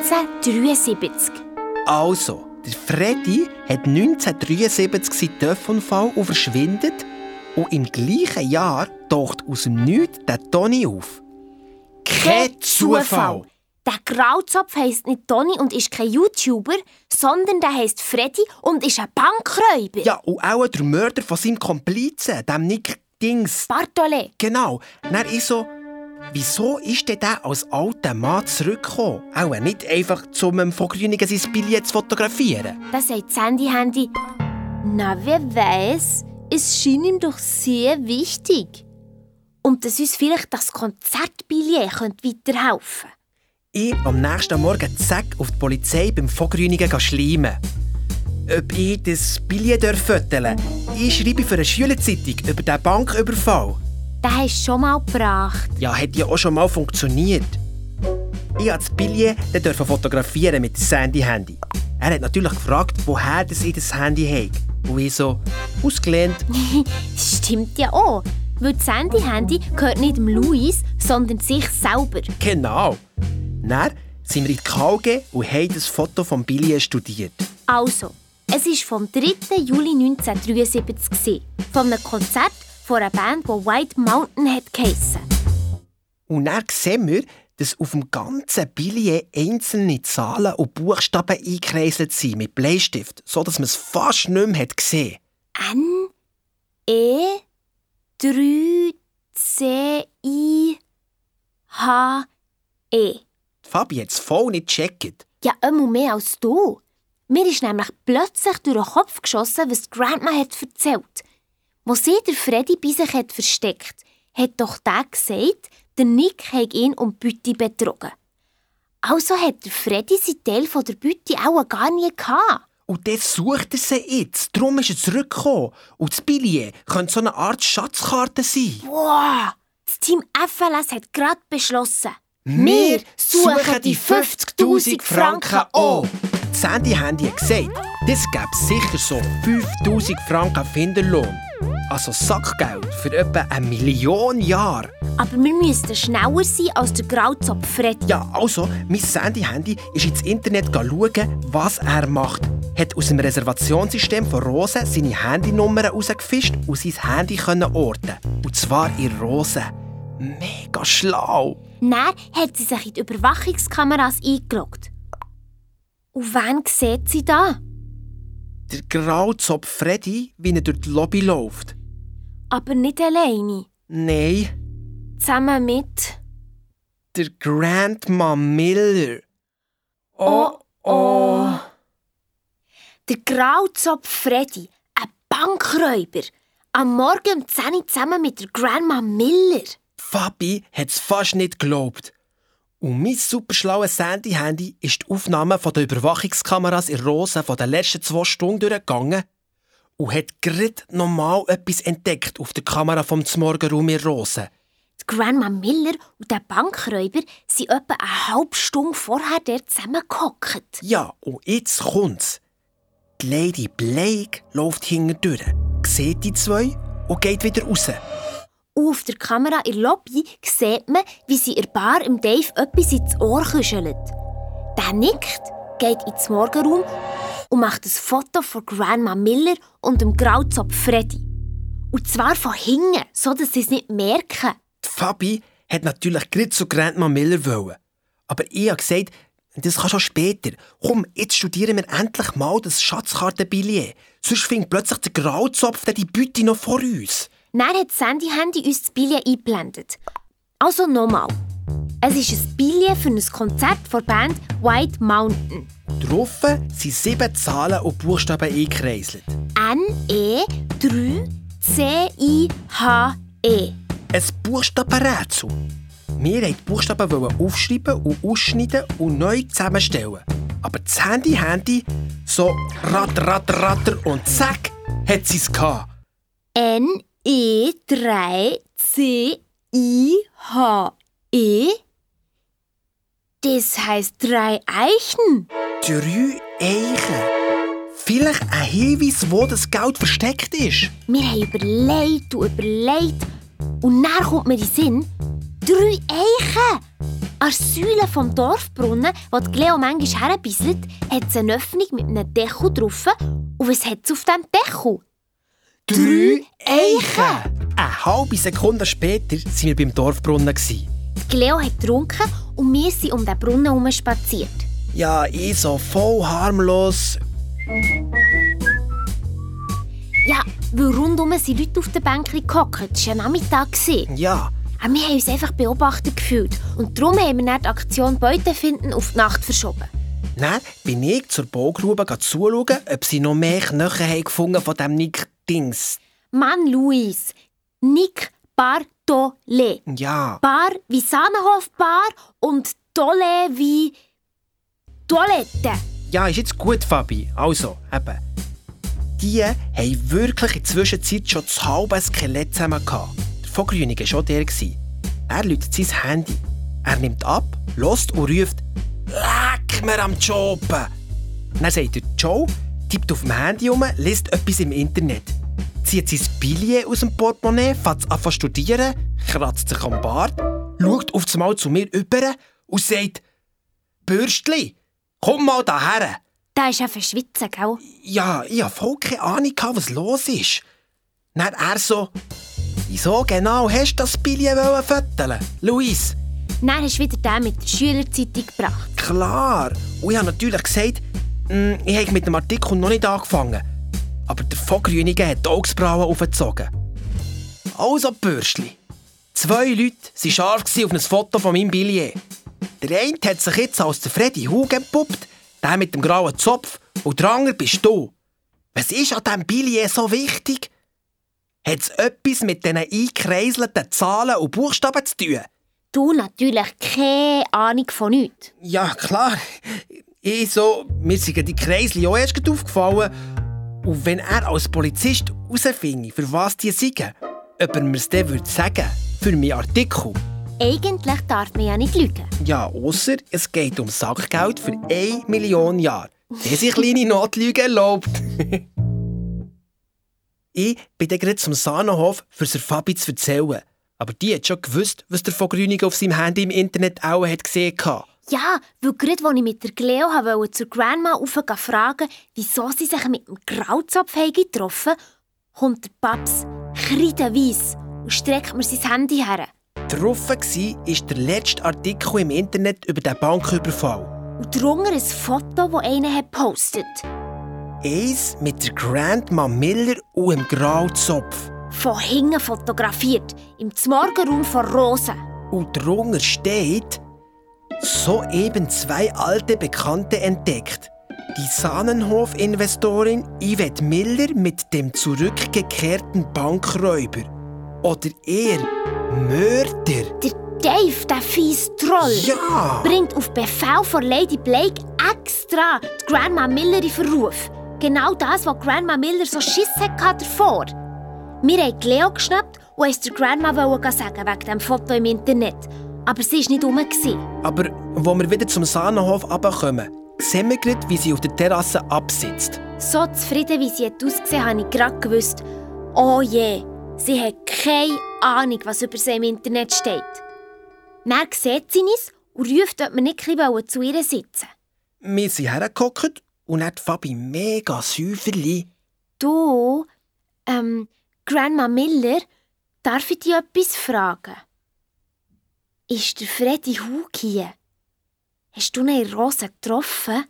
1973. Also, der Freddy hat 1973 seinen Töpfunfall und verschwindet. Und im gleichen Jahr taucht aus dem Nichts der Toni auf. Kein Zufall! Der Grauzopf heisst nicht Toni und ist kein YouTuber, sondern der heisst Freddy und ist ein Bankräuber. Ja, und auch der Mörder von seinem Komplizen, dem Nick Dings. Bartolé. Genau. Dann ist so, wieso ist denn der als alter Mann zurückgekommen? Auch nicht einfach, um von Grüningen sein Billett zu fotografieren. Da sagt Sandy Handy, na wer weiß, es schien ihm doch sehr wichtig. Und dass uns vielleicht das Konzertbillett weiterhelfen könnte. Ich am nächsten Morgen zack auf die Polizei beim Vogrüningen schleimen. Ob ich das Billett fotografieren darf? Ich schreibe für eine Schülerzeitung über den Banküberfall. Den hast du schon mal gebracht. Ja, hat ja auch schon mal funktioniert. Ich durfte das Billett fotografieren mit dem Sandy-Handy. Er hat natürlich gefragt, woher ich das Handy habe. Und ich so, ausgelehnt. Stimmt ja auch. Weil das Sandy-Handy gehört nicht dem Luis, sondern sich selber. Genau. Dann sind wir in die KG und haben das Foto vom Billett studiert. Also, es war vom 3. Juli 1973 von einem Konzert von einer Band, die White Mountain heisst. Und dann sehen wir, dass auf dem ganzen Billett einzelne Zahlen und Buchstaben eingekreiselt sind mit Bleistift, sodass man es fast nicht mehr gesehen hat. N, E, 3, C, I, Fabi hat es voll nicht gecheckt. Ja, immer mehr als du. Mir ist nämlich plötzlich durch den Kopf geschossen, was die Grandma hat erzählt. Wo sie der Freddy bei sich hat versteckt, hat doch der gesagt, der Nick habe ihn um die Beute betrogen. Also hat der Freddy seinen Teil von der Beute auch gar nie gehabt. Und das sucht er sie jetzt. Darum ist er zurückgekommen. Und das Billet könnte so eine Art Schatzkarte sein. Wow! Das Team FLS hat gerade beschlossen. Wir suchen die 50'000 Franken auch. Sandy Handy hat gesagt, das gäbe sicher so 5'000 Franken Finderlohn. Also Sackgeld für etwa 1 Million Jahre. Aber wir müssten schneller sein als der Grauzopf Freddy. Ja, also, mein Sandy Handy ist ins Internet schauen, was er macht. Hat aus dem Reservationssystem von Rosen seine Handynummern herausgefischt und sein Handy orten. Und zwar in Rosen. Mega schlau. Dann hat sie sich in die Überwachungskameras eingeloggt. Und wen sieht sie da? Der Grauzopf Freddy, wie er durch die Lobby läuft. Aber nicht alleine. Nein, Zusammen mit... der Grandma Miller. Oh. Der Grauzopf Freddy, ein Bankräuber. Am Morgen um 10 Uhr zusammen mit der Grandma Miller. Fabi hat es fast nicht geglaubt. Und mein superschlaues Sandy-Handy ist die Aufnahme von der Überwachungskameras in Rosen von den letzten 2 Stunden durchgegangen und hat gerade nochmal etwas entdeckt auf der Kamera vom Morgenraum in Rosen. Die Grandma Miller und der Bankräuber sind etwa eine halbe Stunde vorher dort zusammengehockt. Ja, und jetzt kommt's. Die Lady Blake läuft hintendurch, sieht die zwei und geht wieder raus. Und auf der Kamera in der Lobby sieht man, wie sie ihr Bar im Dave etwas ins Ohr kuschelt. Der nickt, geht ins Morgenraum und macht ein Foto von Grandma Miller und dem Grauzopf Freddy. Und zwar von hinten, so dass sie es nicht merken. Die Fabi hat natürlich gerade zu Grandma Miller wollen. Aber ich habe gesagt, das kann schon später. Komm, jetzt studieren wir endlich mal das Schatzkartenbillett. Sonst findet plötzlich der Grauzopf die Beute noch vor uns. Dann hat Sandy Handy uns das Billett eingeblendet. Also nochmal. Es ist ein Billett für ein Konzert der Band White Mountain. Drauf sind 7 Zahlen und Buchstaben eingekreiselt. N-E-3-C-I-H-E. Ein Buchstabenrätsel. Wir wollten die Buchstaben aufschreiben und ausschneiden und neu zusammenstellen. Aber das Handy so ratter und zack, hat sie es gehabt. N-E-3-C-I-H-E? Das heisst 3 Eichen. 3 Eichen. Vielleicht ein Hinweis, wo das Geld versteckt ist. Wir haben überlegt. Und dann kommt mir in den Sinn, 3 Eichen. An der Säule vom Dorfbrunnen, wo die Cleo manchmal herbisselt, hat es eine Öffnung mit einem Deckel drauf. Und was hat es auf diesem Deckel? 3 Eichen! Eine halbe Sekunde später waren wir beim Dorfbrunnen. Die Cleo hat getrunken und wir sind um den Brunnen herum spaziert. Ja, ich so voll harmlos. Ja, weil rundum sind Leute auf den Bänkchen gehockt. Es war ja Nachmittag. Ja. Aber wir haben uns einfach beobachtet gefühlt. Und darum haben wir dann die Aktion Beute finden auf die Nacht verschoben. Dann bin ich zur Baugrube zuschauen, ob sie noch mehr Knochen gefunden von diesem Nick-Dings. Mann, Luis. Nick Bartole. Ja. Bar wie Sahnenhof-Bar und Tolle wie Toilette. Ja, ist jetzt gut, Fabi. Also, eben. Die haben wirklich in der Zwischenzeit schon das halbe Skelett zusammen gehabt. Der Vogrünige war schon der. Er läutet sein Handy. Er nimmt ab, hört und ruft «Leck mir am Joben!» Dann sagt er «Joe», tippt auf dem Handy um, liest etwas im Internet. Zieht sein Billett aus dem Portemonnaie, fängt an zu studieren, kratzt sich am Bart, schaut auf einmal zu mir rüber und sagt «Bürstli, komm mal daher!» Da ist ja verschwitzen, gell? Ja, ich hatte voll keine Ahnung, was los ist. Dann er so «Wieso genau hast du das Billett föteln, Luis?» Dann hast du wieder den mit der Schülerzeitung gebracht. Klar. Und ich habe natürlich gesagt, ich habe mit dem Artikel noch nicht angefangen. Aber der Vogrünige hat die Augsbrauen aufgezogen. Also, Bürschli, 2 Leute waren scharf auf ein Foto von meinem Billet. Der eine hat sich jetzt als der Freddy Hug entpuppt, der mit dem grauen Zopf, und der andere bist du. Was ist an diesem Billet so wichtig? Hat es etwas mit diesen eingekreiselten Zahlen und Buchstaben zu tun? Du natürlich keine Ahnung von nichts. Ja, klar. Mir sind die Kreisli auch erst aufgefallen. Und wenn er als Polizist herausfindet, für was die sind, ob er mir es dann sagen würde, für meinen Artikel. Eigentlich darf man ja nicht lügen. Ja, ausser es geht um Sackgeld für 1 Million Jahre. Das sind kleine Notlügen erlaubt. Ich bin dann gerade zum Sahnenhof, für Sir Fabi zu erzählen. Aber die hat schon gewusst, was der von Grüningen auf seinem Handy im Internet auch gesehen hat. Ja, weil gerade als ich mit der Cleo wollte zur Grandma fragen, wieso sie sich mit dem Grauzopf getroffen haben, kommt der Paps kreideweiss und streckt mir sein Handy her. Drauf war der letzte Artikel im Internet über den Banküberfall. Und darunter ein Foto, das einer gepostet hat. Eins mit der Grandma Miller und dem Grauzopf. Von hinten fotografiert, im Morgenraum von Rosen. Und darunter steht: soeben 2 alte Bekannte entdeckt. Die Sahnenhof-Investorin Yvette Miller mit dem zurückgekehrten Bankräuber. Oder er Mörder. Der Dave, der fiese Troll, Ja! bringt auf Befehl von Lady Blake extra die Grandma Miller in Verruf. Genau das, was Grandma Miller so Schiss hatte davor. Wir haben Cleo geschnappt und es der Grandma sagen wegen dem Foto im Internet. Aber sie war nicht rum. Aber als wir wieder zum Sahnenhof runterkommen, sehen wir gerade, wie sie auf der Terrasse absitzt. So zufrieden, wie sie ausgesehen hat, habe ich gerade gewusst, oh je, sie hat keine Ahnung, was über sie im Internet steht. Dann sieht sie uns und ruft, ob wir nicht ein bisschen zu ihr sitzen. Wir sind hergehockt und hat Fabi mega Säuferli. Du, Grandma Miller, darf ich dich etwas fragen? Ist der Freddy Hug hier? Hast du ihn in Rosen getroffen?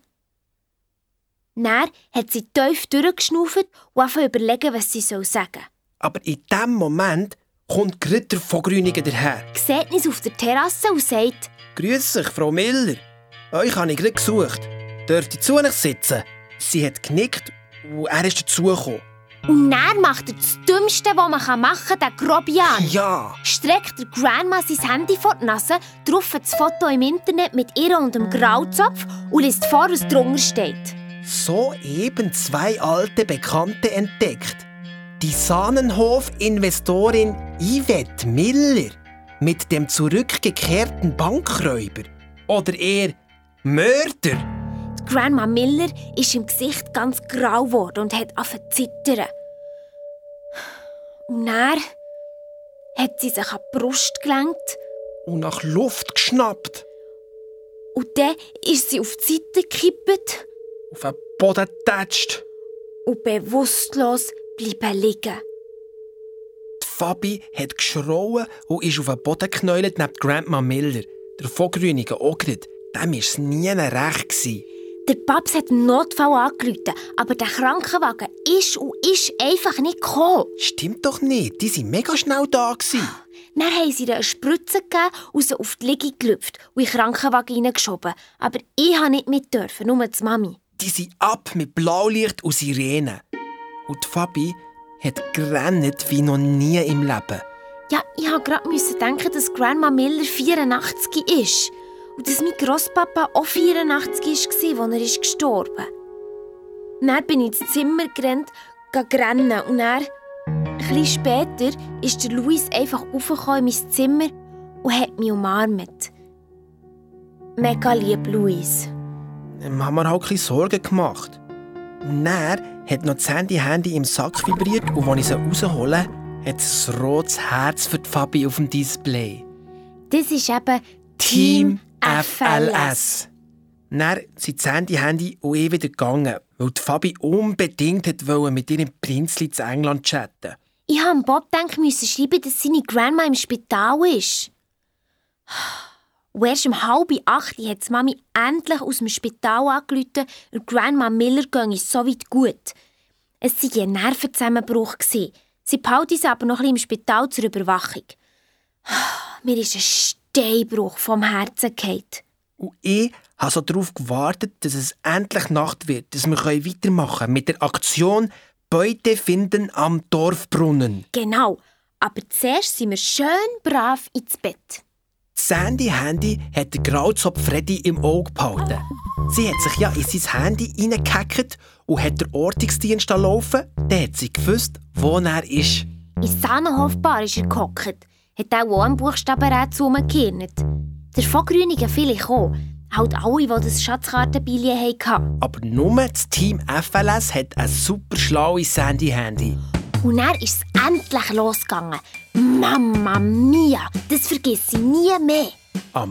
Dann hat sie tief durchgeschnauft und angefangen zu überlegen, was sie sagen soll. Aber in diesem Moment kommt gerade der von Grüningen daher. Sieht uns auf der Terrasse und sagt: «Grüß dich, Frau Miller. Euch habe ich gerade gesucht. Dürft ihr zu euch sitzen?» Sie hat genickt und er ist dazugekommen. Und dann macht er das Dümmste, was man machen kann, den Grobian. Ja! Streckt der Grandma sein Handy vor die Nase, drauf das Foto im Internet mit ihr und dem Grauzopf und liest vor, was drunter steht. Soeben 2 alte Bekannte entdeckt. Die Sahnenhof-Investorin Yvette Miller mit dem zurückgekehrten Bankräuber. Oder eher Mörder. Die Grandma Miller ist im Gesicht ganz grau geworden und hat angefangen zu zittern. Und dann hat sie sich an die Brust gelenkt. Und nach Luft geschnappt. Und dann ist sie auf die Seite gekippt Auf den Boden getatscht. und bewusstlos bleiben liegen. Die Fabi hat geschrauen und ist auf den Boden geknäult neben Grandma Miller. Der von Grüningen auch gerade. Dem war es nie recht gewesen. Der Paps hat einen Notfall angerufen, aber der Krankenwagen ist einfach nicht gekommen. Stimmt doch nicht, die waren mega schnell da gewesen. Dann haben sie ihr eine Spritze gegeben und sie auf die Liege gelüpft und in den Krankenwagen hineingeschoben. Aber ich durfte nicht mit, nur die Mami. Die sind ab mit Blaulicht und Sirenen. Und die Fabi hat gerannt wie noch nie im Leben. Ja, ich musste gerade denken, dass Grandma Miller 84 ist. Und dass mein Grosspapa auch 84 war, als er gestorben ist. Dann bin ich ins Zimmer gerannt, rennen. Und dann, ein bisschen später, ist der Luis einfach raufgekommen in mein Zimmer und hat mich umarmt. Mega lieb, Luis. Wir haben mir halt ein bisschen Sorgen gemacht. Und dann hat noch das Handy im Sack vibriert und als ich sie raushole, hat es ein rotes Herz für die Fabi auf dem Display. Das ist eben Team FLS. Dann sind das Handy und ich wieder gegangen, weil die Fabi unbedingt mit ihrem Prinzli zu England chatten. Ich musste Bob schreiben, dass seine Grandma im Spital ist. Und erst um 7:30 hat die Mami endlich aus dem Spital angerufen und Grandma Miller ging es so weit gut. Es war ein Nervenzusammenbruch. Sie behalten sie aber noch ein bisschen im Spital zur Überwachung. Mir ist ein Steinbruch vom Herzen gefallen. Und ich habe so darauf gewartet, dass es endlich Nacht wird, dass wir weitermachen können mit der Aktion «Beute finden am Dorfbrunnen». Genau, aber zuerst sind wir schön brav ins Bett. Sandy Handy hat den Grauzopf Freddy im Auge behalten. Sie hat sich ja in sein Handy reingehackt und hat den Ortungsdienst laufen. Dann hat sie gewusst, wo er ist. Ins Sahnenhofbar ist er gehockt, hat auch am Buchstabenrätsel rumgehirnt. Der von Grünigen vielleicht auch. Halt alle, die das Schatzkartenbillett hatten. Aber nur das Team FLS hat ein super schlaues Sandy-Handy. Und dann ist es endlich losgegangen. Mamma mia, das vergesse ich nie mehr. Am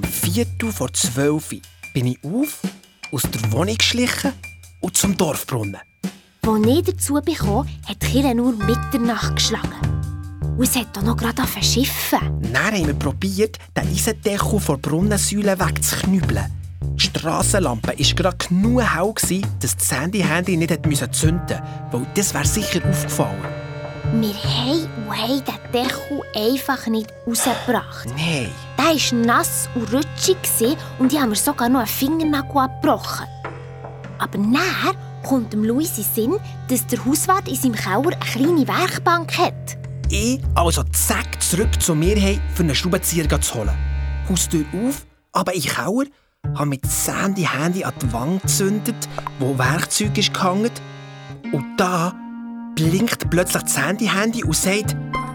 11:45 bin ich aus der Wohnung geschlichen und zum Dorfbrunnen. Als ich dazu bekam, hat die Kirche nur Mitternacht geschlagen. Und es hat auch noch gerade verschiffen. Dann haben wir probiert, den Eisendeckel von der Brunnensäule wegzuknüppeln. Die Strassenlampe war gerade genug hell, dass das Sandy-Handy nicht zünden musste, weil das wäre sicher aufgefallen. Wir haben den Deckel einfach nicht rausgebracht. Nein. Der war nass und rutschig und ich habe mir sogar noch einen Fingernagel abgebrochen. Aber dann kommt dem Luis in den Sinn, dass der Hauswart in seinem Keller eine kleine Werkbank hat. Ich also zack zurück zu mir heim, für einen Schraubenzieher zu holen. Haustür auf, aber in den Keller, habe mit Sandy-Handy an die Wand gezündet, wo Werkzeug ist gehangen. Und da blinkt plötzlich das Sandy-Handy und sagt,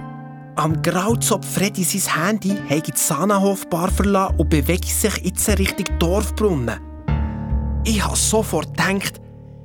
am Grauzopf Freddy sein Handy habe die Sahnenhofbar verlassen und bewegt sich jetzt Richtung Dorfbrunnen. Ich habe sofort gedacht,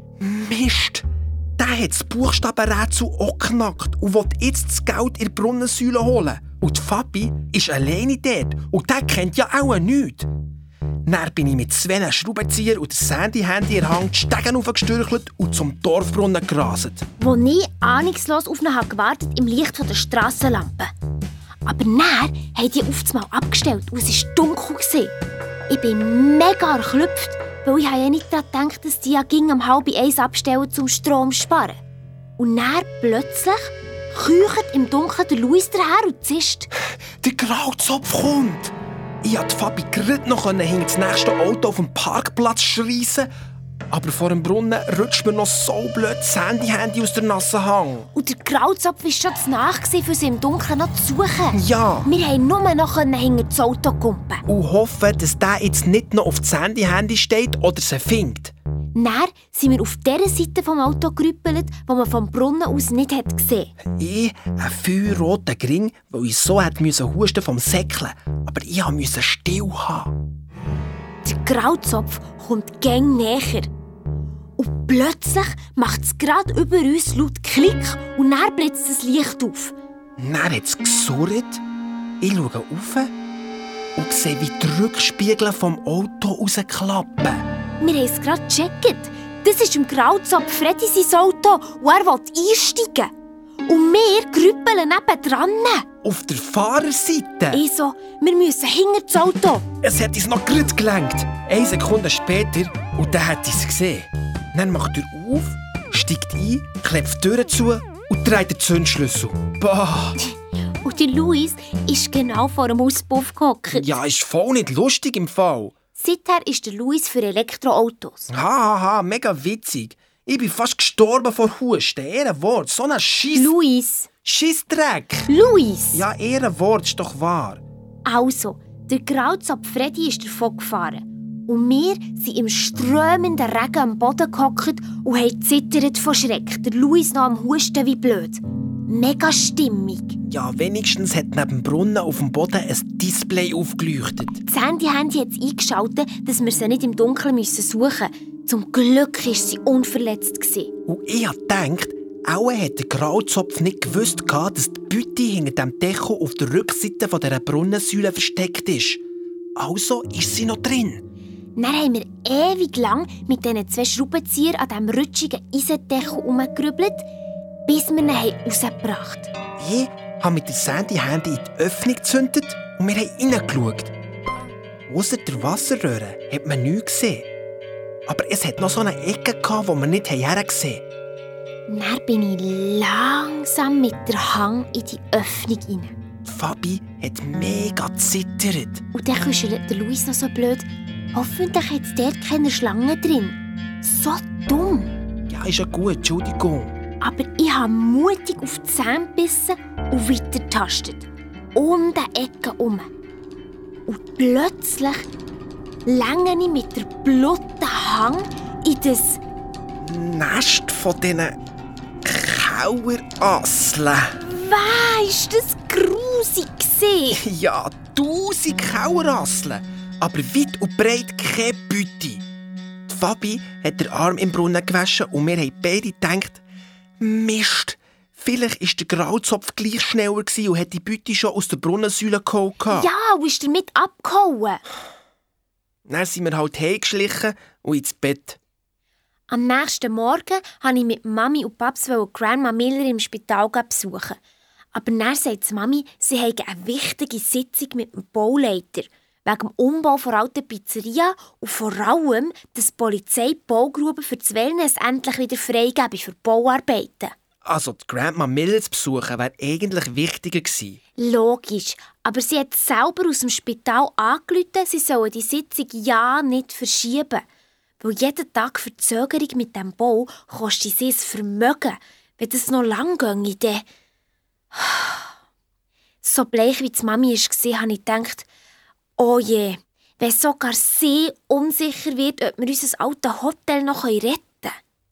Mist, der hat das Buchstabenrätsel auch geknackt und will jetzt das Geld in der Brunnensäule holen. Und die Fabi ist alleine dort und der kennt ja auch nichts. Dann bin ich mit 2 Schraubenzieher und dem Sandy-Handy in der Hand die Stegen hochgestürchelt und zum Dorfbrunnen gerastet. Wo ich ahnungslos auf ihn gewartet im Licht der Strassenlampe. Aber dann haben die auf einmal abgestellt und es war dunkel. Ich bin mega erklüpft, weil ich ja nicht daran gedacht, dass die ja ging um 12:30 abstellen, zum Strom zu sparen. Und dann plötzlich keucht im Dunkeln der Luis daher und zischt. Der Grauzopf kommt! Ich konnte Fabi gerade noch hinter das nächste Auto auf dem Parkplatz schreissen. Aber vor dem Brunnen rutscht mir noch so blöd das Handy aus der nassen Hang. Und der Grauzopf war schon zu nahe, für sie im Dunkeln noch zu suchen. Ja. Wir konnten nur noch hinter das Auto kumpen. Und hoffen, dass der jetzt nicht noch auf das Handy steht oder sie findet. Dann sind wir auf der Seite des Autos gerüppelt, die man vom Brunnen aus nicht gesehen hat. Ich einen feuerroten Gring, weil ich so husten musste vom Säckeln. Aber ich musste still haben. Der Grauzopf kommt gang näher. Und plötzlich macht es gerade über uns laut Klick und dann blitzt das Licht auf. Dann hat es gesurrt. Ich schaue rauf und sehe, wie die Rückspiegel vom Auto rausklappen. Wir haben es gerade gecheckt. Das ist im Grauzopf Freddy sein Auto und er will einsteigen. Und wir grüppeln nebendran. Auf der Fahrerseite? Ich so, wir müssen hinter das Auto. Es hat uns noch gerade gelenkt. 1 Sekunde später und dann hat es gesehen. Dann macht er auf, steigt ein, klebt die Tür zu und dreht den Zündschlüssel. Bah! Und der Luis ist genau vor dem Auspuff gehockt. Ja, ist voll nicht lustig im Fall. Seither ist der Luis für Elektroautos. Hahaha, mega witzig. Ich bin fast gestorben vor Husten. Ehrenwort, so ein Luis! Scheissdreck. Luis! Ja, Ehrenwort, ist doch wahr. Also, der Grauzopf Freddy ist davon gefahren. Und wir sind im strömenden Regen am Boden gehockt und haben zittert vor Schreck. Der Luis noch am Husten wie blöd. Mega stimmig. Ja, wenigstens hat neben dem Brunnen auf dem Boden ein Display aufgeleuchtet. Das Handy hat eingeschaltet, dass wir sie nicht im Dunkeln suchen müssen. Zum Glück war sie unverletzt. Und ich habe gedacht, auch hat der Grauzopf nicht gewusst, dass die Beute hinter dem Deckel auf der Rückseite dieser Brunnensäule versteckt ist. Also ist sie noch drin. Dann haben wir ewig lang mit diesen 2 Schraubenziehern an diesem rutschigen Eisendeckel herumgerübbelt, bis wir ihn rausgebracht haben. Ich habe mit dem Sandy-Handy in die Öffnung gezündet und wir haben reingeschaut. Ausser der Wasserröhre hat man nichts gesehen. Aber es hat noch so eine Ecke, die wir nicht hergesehen haben. Dann bin ich langsam mit der Hand in die Öffnung rein. Fabi hat mega gezittert. Und dann kuschelt der Luis noch so blöd. Hoffentlich hat es dort keine Schlange drin. So dumm. Ja, ist ja gut, Entschuldigung. Aber ich habe mutig auf die Zähne gebissen und weitergetastet. Um die Ecke herum. Und plötzlich länge ich mit der blutigen Hang in das Nest von diesen Kauerasseln. Weisst, das grusig gesehen. Ja, 1000 Kauerasseln. Aber weit und breit keine Beute. Die Fabi hat den Arm im Brunnen gewaschen und wir haben beide gedacht, Mist, vielleicht war der Grauzopf gleich schneller gewesen und hat die Beute schon aus der Brunnensäule geholt. Ja, und ist damit abgehauen. Dann sind wir halt heimgeschlichen und ins Bett. Am nächsten Morgen wollte ich mit Mami und Paps Grandma Miller im Spital besuchen. Aber dann sagt die Mami, sie habe eine wichtige Sitzung mit dem Bauleiter. Wegen dem Umbau der alten Pizzeria und vor allem, dass die Polizei die Baugrube für das Wellness endlich wieder freigebe für Bauarbeiten. Also die Grandma Miller zu besuchen wäre eigentlich wichtiger gewesen. Logisch, aber sie hat selber aus dem Spital angerufen, sie sollen die Sitzung ja nicht verschieben. Weil jeden Tag Verzögerung mit dem Bau kostet sie ein Vermögen. Wenn das noch lang ginge, dann... So bleich wie die Mami war, habe ich gedacht, oh je, wenn sogar sie unsicher wird, ob wir unser altes Hotel noch retten können.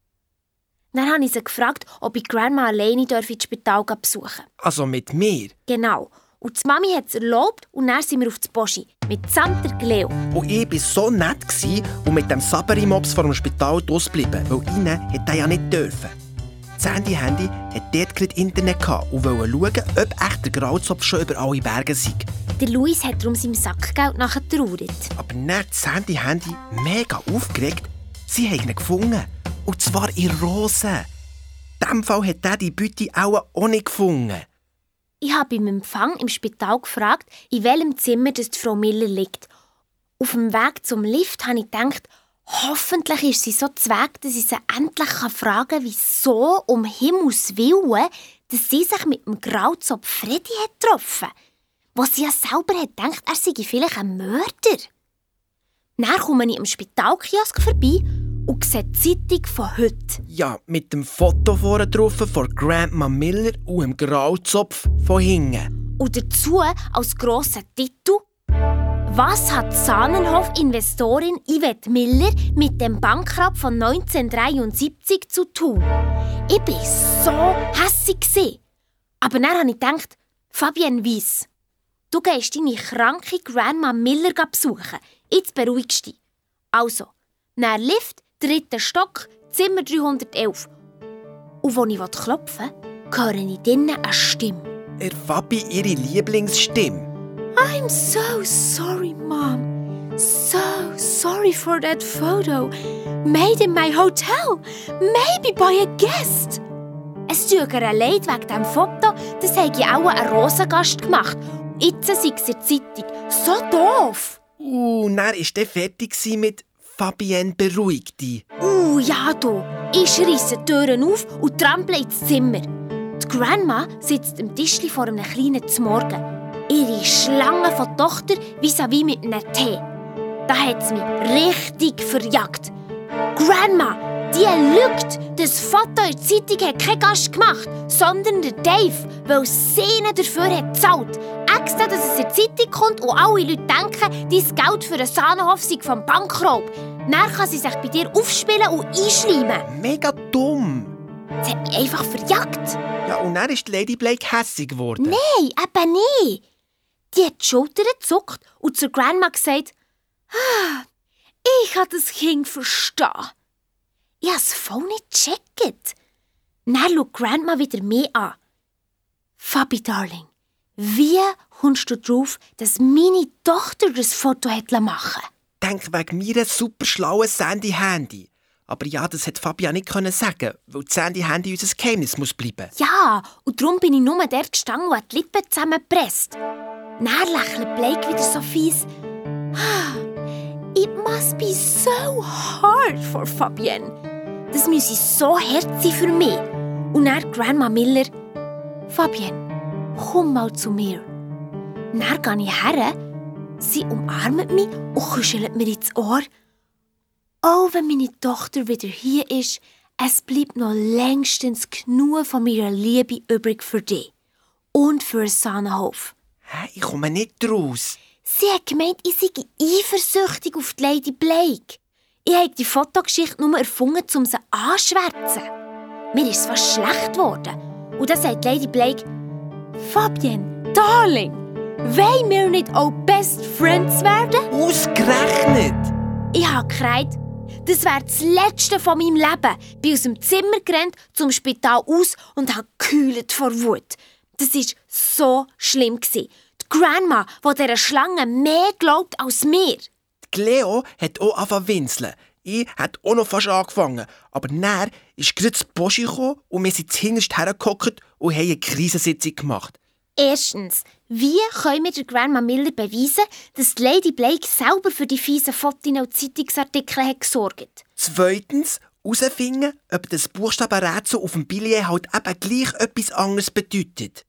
Dann habe ich sie gefragt, ob ich Grandma alleine ins Spital besuchen darf. Also mit mir? Genau. Und die Mami hat es erlaubt und dann sind wir auf das Boschi. Mitsamt der Cleo. Und ich war so nett und mit dem Saberi-Mops vor dem Spital ausgeblieben, weil rein hätte er ja nicht dürfen. Das Handy hat dort gerade Internet und wollte schauen, ob echt der Grauzopf schon über alle Berge sei. Der Luis hat darum seinem Sackgeld nachgetrauert. Aber dann das Handy mega aufgeregt. Sie haben ihn gefunden. Und zwar in Rosen. In diesem Fall hat er die Beute auch nicht gefunden. Ich habe beim Empfang im Spital gefragt, in welchem Zimmer das die Frau Miller liegt. Auf dem Weg zum Lift habe ich gedacht, hoffentlich ist sie so zweck, dass ich sie endlich fragen kann, wieso um Himmels Willen, dass sie sich mit dem Grauzopf Freddy hat getroffen. Wo sie ja selber hat gedacht, er sei vielleicht ein Mörder. Dann komme ich am Spitalkiosk vorbei und sehe die Zeitung von heute. Ja, mit dem Foto vorne drauf von Grandma Miller und dem Grauzopf von hinten. Und dazu als grosser Titel: Was hat Sahnenhof-Investorin Yvette Miller mit dem Bankraub von 1973 zu tun? Ich war so hässig. Aber dann habe ich gedacht, Fabienne Weiss, du gehst deine kranke Grandma Miller besuchen. Jetzt beruhigst du dich. Also, nach Lift, 3. Stock, Zimmer 311. Und als ich klopfen will, höre ich drinnen eine Stimme. Fabi, ihre Lieblingsstimme. I'm so sorry, Mom. So sorry for that photo. Made in my hotel. Maybe by a guest. Es tut ihr leid wegen diesem Foto. Das habe ich auch einen Rosengast gemacht. Jetzt sei es in der Zeitung. So doof. Dann war er fertig mit «Fabienne, beruhig dich». Ja, du. Ich schreisse die Türen auf und trample ins Zimmer. Die Grandma sitzt am Tischli vor einem kleinen Zmorgen. Ihre Schlange von Tochter vis-à-vis mit einem Tee. Da hat es mich richtig verjagt. Grandma, die lügt. Das Foto in der Zeitung hat kein Gast gemacht, sondern der Dave, weil sie ihn dafür hat gezahlt. Extra, dass es in der Zeitung kommt und alle Leute denken, dein Geld für einen Sahnenhof sei vom Bankraub. Dann kann sie sich bei dir aufspielen und einschleimen. Mega dumm. Sie hat mich einfach verjagt. Ja, und dann ist Lady Blake hässig geworden. Nein, eben nicht. Die hat die Schultern gezuckt und zur Grandma gesagt, ich kann das Kind verstehen. Ich habe es voll nicht gecheckt. Dann schaut Grandma wieder mich an. Fabi, Darling, wie kommst du darauf, dass meine Tochter das Foto machen wollte? Denk wegen meiner super schlauen Sandy-Handy. Aber ja, das hätte Fabi ja nicht sagen, weil das Sandy-Handy unser Geheimnis muss bleiben. Ja, und darum bin ich nur dort gestanden und die Lippen zusammengepresst. Dann lächelt Blake wieder so fies. It must be so hard for Fabienne. Das müsse so hart sein für mich. Und dann Grandma Miller. Fabienne, komm mal zu mir. Dann gehe ich her, sie umarmt mich und kuschelt mir ins Ohr. Auch wenn meine Tochter wieder hier ist, es bleibt noch längstens genug von meiner Liebe übrig für dich. Und für den Sahnenhof. Hä, ich komme nicht raus. Sie hat gemeint, ich sei eifersüchtig auf die Lady Blake. Ich habe die Fotogeschichte nur erfunden, um sie anzuschwärzen. Mir ist es fast schlecht geworden. Und dann sagt Lady Blake, Fabienne, Darling, wollen wir nicht auch Best Friends werden? Ausgerechnet! Ich habe gekreit, das wäre das Letzte von meinem Leben. Ich bin aus dem Zimmer gerannt, zum Spital aus und habe gekühlt vor Wut. Das war so schlimm. Die Grandma, die dieser Schlange mehr glaubt als mir. Die Cleo hat auch angefangen zu winseln. Ich hatte auch noch fast angefangen. Aber dann ist gerade das Boschi gekommen und wir sind zuhinterst hergehockt und haben eine Krisensitzung gemacht. Erstens, wie können wir der Grandma Miller beweisen, dass Lady Blake selber für die fiesen Fotos und Zeitungsartikel hat gesorgt hat? Zweitens, herausfinden, ob das Buchstabenrätsel auf dem Billett halt eben gleich etwas anderes bedeutet.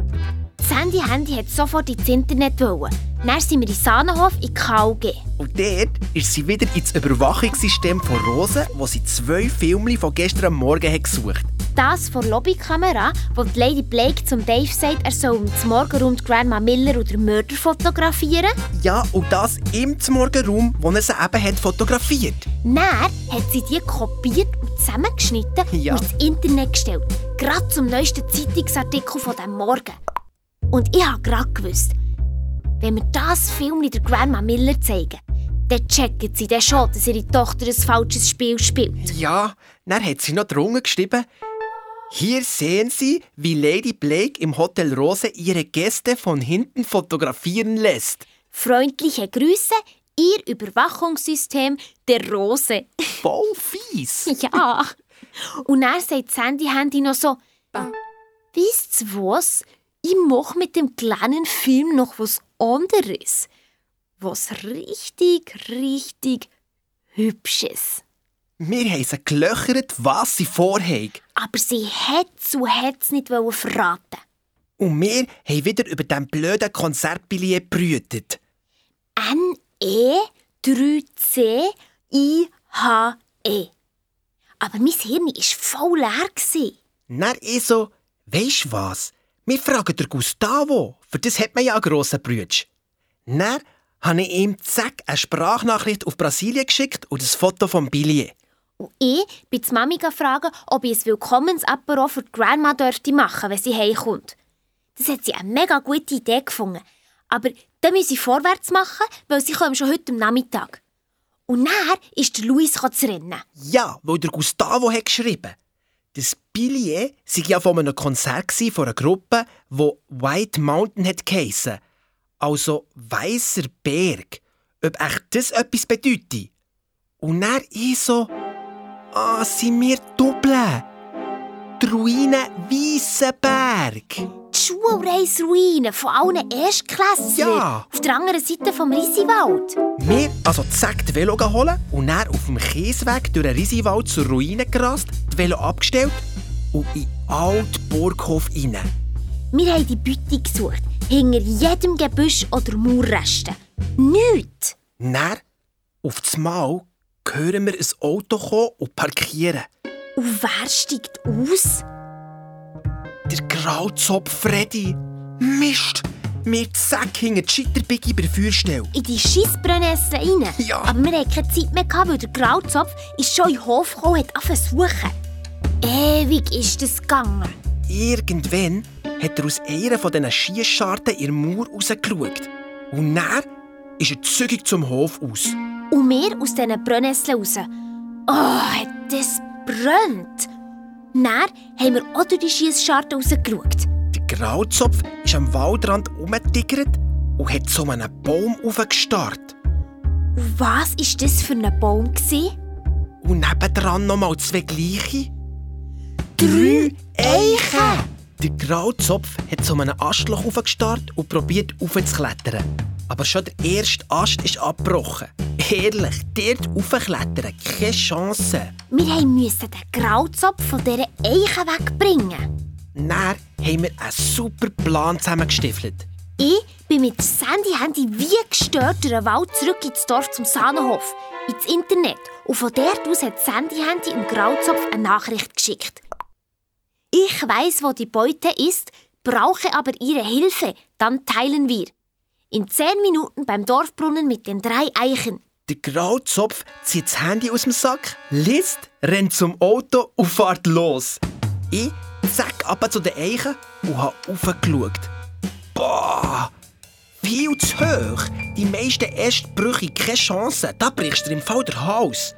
Das Handy hat sofort ins Internet wollen. Dann sind wir in Sahnenhof in KUG. Und dort ist sie wieder ins Überwachungssystem von Rose, wo sie 2 Filmchen von gestern Morgen hat gesucht. Das vor der Lobbykamera, wo die Lady Blake zum Dave sagt, er soll im Morgenraum die Grandma Miller oder Mörder fotografieren. Ja, und das im Morgenraum, wo er sie eben hat fotografiert. Dann hat sie die kopiert und zusammengeschnitten Ja. und ins Internet gestellt. Gerade zum neuesten Zeitungsartikel von diesem Morgen. Und ich habe gerade gewusst, wenn wir das Film der Grandma Miller zeigen, dann checken sie dann schon, dass ihre Tochter ein falsches Spiel spielt. Ja, dann hat sie noch drunter geschrieben, hier sehen Sie, wie Lady Blake im Hotel Rose ihre Gäste von hinten fotografieren lässt. Freundliche Grüße, Ihr Überwachungssystem der Rose. Voll fies. Ja. Und dann sagt das Handy noch so, «Wisst ihr was? Ich mache mit dem kleinen Film noch was anderes. Was richtig, richtig Hübsches.» Wir haben sie gelöchert, was sie vorhaben. Aber sie hat's nicht verraten. Und wir haben wieder über diesen blöden Konzertbillett gebrütet. NE3CIHE. Aber mein Hirn war voll leer. Dann ich so, weisst was? Wir fragen den Gustavo, für das hat man ja einen grossen Brütsch. Dann habe ich ihm zack eine Sprachnachricht auf Brasilien geschickt und ein Foto vom Billett. Und ich bin die Mami fragen, ob ich ein Willkommensapero für die Grandma dürfte machen, wenn sie heimkommt. Das hat sie eine mega gute Idee gefunden. Aber dann müssen sie vorwärts machen, weil sie kommen schon heute am Nachmittag. Und dann ist der Luis zu rennen. Ja, weil der Gustavo hat geschrieben. Das Billett war ja von einem Konzert von einer Gruppe, die White Mountain hat geheissen. Also Weisser Berg. Ob echt das etwas bedeutet. Und dann ich so, sind wir doppelt. Die Ruine Weissenberg. Die Schulreisruine von allen Erstklässlern. Ja. Auf der anderen Seite vom Risiwald. Wir also zack die Velo holen und dann auf dem Kiesweg durch den Risiwald zur Ruine gerast, die Velo abgestellt und in den alten Burghof rein. Wir haben die Beute gesucht. Hinter jedem Gebüsch oder Mauerresten. Nichts. Dann, auf das Mal, hören wir ein Auto kommen und parkieren. Und wer steigt aus? Der Grauzopf Freddy. Mist! Wir zack hinter die Scheiterbiggi bei der Feuerstelle. In die Scheissbrennnessel rein. Ja. Aber wir hatten keine Zeit mehr, weil der Grauzopf ist schon in den Hof gekommen und hat angefangen zu suchen. Ewig ist das gegangen. Irgendwann hat er aus einer von diesen Schiessscharten in der Mauer rausgeschaut. Und dann ist er zügig zum Hof aus. Und wir aus diesen Brennnesseln raus. Oh, hat das brennt. Dann haben wir auch durch die Schiessscharte rausgeschaut. Der Grauzopf ist am Waldrand herumgetigert und hat zu einem Baum hochgestarrt. Und was war das für ein Baum? Und nebendran nochmal 2 gleiche. 3 Eichen! Der Grauzopf hat zu einem Astloch hochgestarrt und probiert hochzuklettern. Aber schon der erste Ast ist abgebrochen. Ehrlich, dort hochklettern, keine Chance. Wir mussten den Grauzopf von dieser Eiche wegbringen. Dann haben wir einen super Plan zusammengestiefelt. Ich bin mit Sandy wie gestört durch den Wald zurück ins Dorf zum Sahnenhof, ins Internet. Und von dort aus hat Sandy im Grauzopf eine Nachricht geschickt. Ich weiss, wo die Beute ist, brauche aber ihre Hilfe, dann teilen wir. In 10 Minuten beim Dorfbrunnen mit den 3 Eichen. Der Grauzopf zieht das Handy aus dem Sack, liest, rennt zum Auto und fährt los. Ich zack ab zu den Eichen und habe raufgeschaut. Boah, viel zu hoch. Die meisten Ästbrüche keine Chance. Da brichst du im Fall den Hals.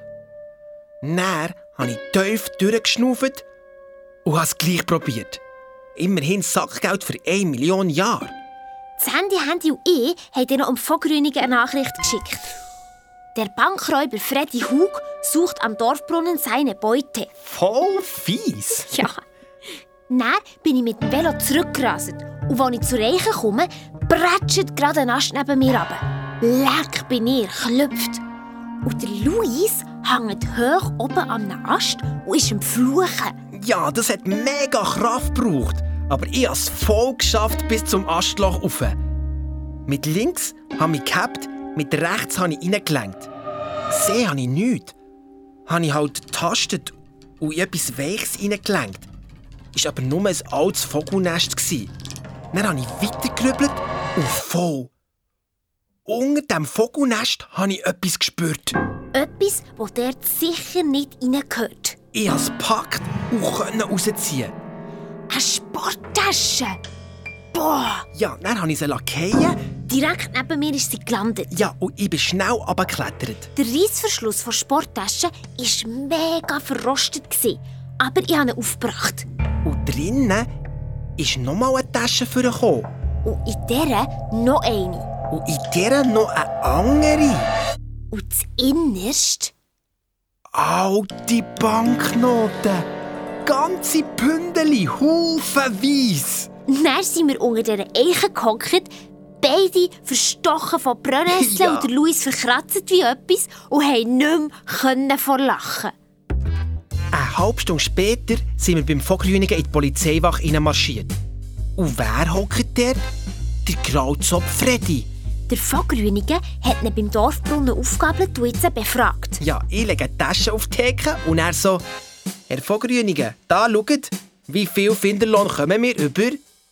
Dann habe ich tief durchgeschnauft und habe es gleich probiert. Immerhin Sackgeld für 1 Million Jahre. Sandy und ich haben dann noch um Vogrünigen eine Nachricht geschickt. Der Bankräuber Freddy Hug sucht am Dorfbrunnen seine Beute. Voll fies. Ja. Dann bin ich mit dem Velo zurückgerasert. Und als ich zur Eiche komme, prätscht gerade ein Ast neben mir runter. Leck bin ich klüpft. Und der Luis hängt hoch oben an einem Ast und ist am Fluchen. Ja, das hat mega Kraft gebraucht. Aber ich habe es voll geschafft bis zum Astloch rauf. Mit links habe ich gehabt, mit rechts habe ich reingelenkt. Sehen habe ich nichts. Habe ich halt getastet und in etwas Weiches reingelenkt. Es war aber nur ein altes Vogelnest. Dann habe ich weitergerübelt und voll. Unter diesem Vogelnest habe ich etwas gespürt. Etwas, das dort sicher nicht reingehört. Ich habe es gepackt und konnte rausziehen. Eine Sporttasche! Boah! Ja, dann habe ich sie fallen. Direkt neben mir ist sie gelandet. Ja, und ich bin schnell runtergeklettert. Der Reissverschluss der Sporttasche war mega verrostet, aber ich habe ihn aufgebracht. Und drinnen ist nochmal eine Tasche vorgekommen. Und in dieser noch eine. Und in dieser noch eine andere. Und das Innerste? Alte Banknoten. Ganze Bündeli, haufenweise. Dann sind wir unter dieser Eiche gehockt, beide verstochen von Brennnesseln Ja. und der Luis verkratzt wie etwas und haben nicht mehr vor Lachen. Eine halbe Stunde später sind wir beim Vogrünigen in die Polizeiwache marschiert. Und wer hockt dort? Der Grauzopf Freddy. Der Vogrünige hat ihn beim Dorfbrunnen aufgegabelt und jetzt befragt. Ja, ich lege die Tasche auf die Theke und er so: Herr Vogrünigen, da schaut, wie viel Finderlohn kommen wir über?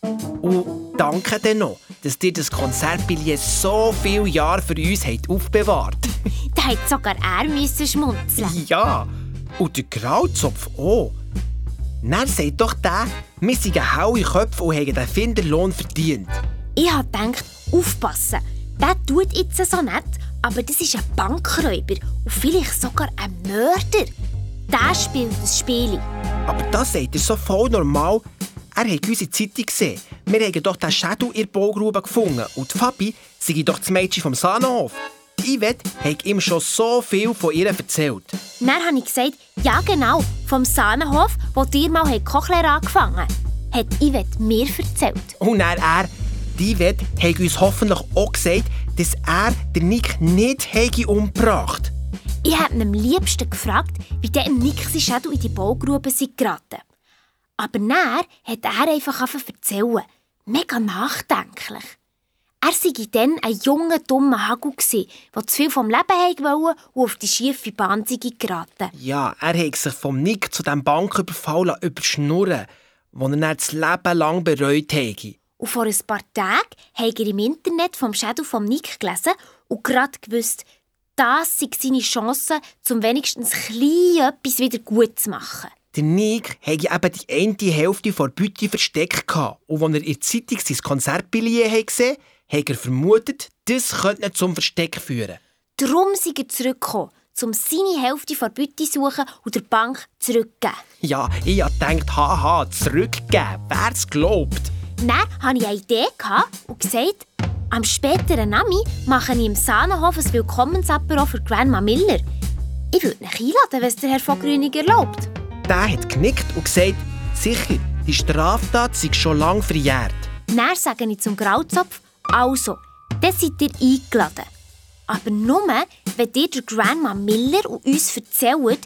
Und danke dann noch, dass ihr das Konzertbillett so viele Jahre für uns aufbewahrt. Da hat sogar er müssen schmunzeln. Ja, und der Grauzopf auch. Dann sagt doch der, wir sind haue Köpfe und haben den Finderlohn verdient. Ich habe gedacht, aufpassen, der tut jetzt so nett, aber das ist ein Bankräuber und vielleicht sogar ein Mörder. Der spielt das Spiel. Aber das sagt er so voll normal. Er hat unsere Zeitung gesehen. Wir haben doch den Schädel in der Baugrube gefunden. Und Fabi sei doch das Mädchen vom Sahnenhof. Die Yvette hat ihm schon so viel von ihr erzählt. Dann habe ich gesagt, ja genau, vom Sahnenhof, wo dir mal Kochlehre angefangen hat Yvette mir erzählt. Und dann die Yvette hat uns hoffentlich auch gesagt, dass er den Nick nicht umgebracht hat. Ich habe ihn am liebsten gefragt, wie der im Nick sein Schädel in die Baugrube geraten. Aber dann hat er einfach erzählen. Mega nachdenklich. Er sei dann ein junger, dummer Hagel, der zu viel vom Leben wollte und auf die schiefe Bahn geraten. Ja, er hat sich vom Nick zu diesem Banküberfall überschnurren, den er dann das Leben lang bereut hätte. Und vor ein paar Tagen hat er im Internet vom Schädel vom Nick gelesen und gerade gewusst, das sei seine Chance, um wenigstens etwas wieder gut zu machen. Der Nick hatte eben die eine Hälfte der Beute versteckt. Und als er in der Zeitung sein Konzertbillett gesehen hat, hat er vermutet, das könnte ihn zum Versteck führen. Darum sei er zurückgekommen, um seine Hälfte der Beute zu suchen und der Bank zurückzugeben. Ja, ich habe gedacht, haha, zurückgeben, wer es glaubt. Dann hatte ich eine Idee und gesagt, am späteren Nami mache ich im Sahnenhof ein Willkommensapero für Grandma Miller. Ich würde mich einladen, wenn es der Herr von Grünig erlaubt. Der hat genickt und gesagt, sicher, die Straftat sei schon lange verjährt. Dann sage ich zum Grauzopf, also, dann seid ihr eingeladen. Aber nur, wenn ihr der Grandma Miller und uns erzählt,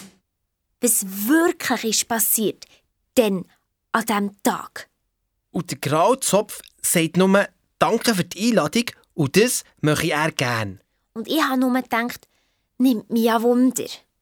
was wirklich ist passiert, denn an diesem Tag. Und der Grauzopf sagt nur, danke für die Einladung und das möchte er gerne. Und ich habe nur gedacht, nimmt mich ja Wunder.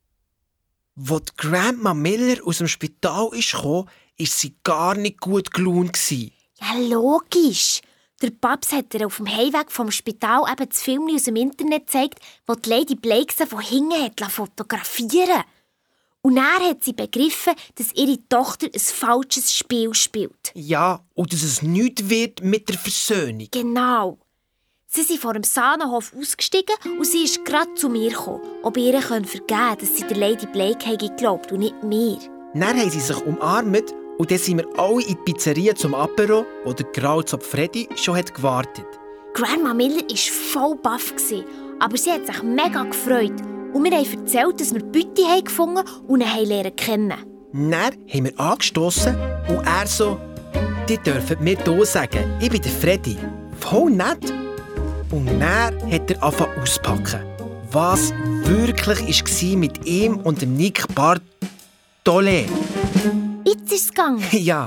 Als die Grandma Miller aus dem Spital kam, war sie gar nicht gut gelaunt. Ja, logisch. Der Babs hat ihr auf dem Heimweg vom Spital eben das Film aus dem Internet gezeigt, wo die Lady Blake sie von hinten hat fotografieren. Und dann hat sie begriffen, dass ihre Tochter ein falsches Spiel spielt. Ja, und dass es nichts wird mit der Versöhnung. Genau. Sie sind vor dem Sahnenhof ausgestiegen und sie ist gerade zu mir gekommen, ob ich ihr vergeben kann, dass sie der Lady Blake geglaubt und nicht mir. Dann haben sie sich umarmt und dann sind wir alle in die Pizzeria zum Apero, wo der Grauzopf Freddy schon hat gewartet. Grandma Miller war voll baff, aber sie hat sich mega gefreut. Und wir haben erzählt, dass wir Bütti gefunden und ihn lernen kennen. Dann haben wir angestossen und er so, «Die dürfen mir hier sagen, ich bin der Freddy. Voll nett.» Und dann hat er angefangen auszupacken. Was wirklich war mit ihm und dem Nick Bartolé. Jetzt ist es gegangen. Ja.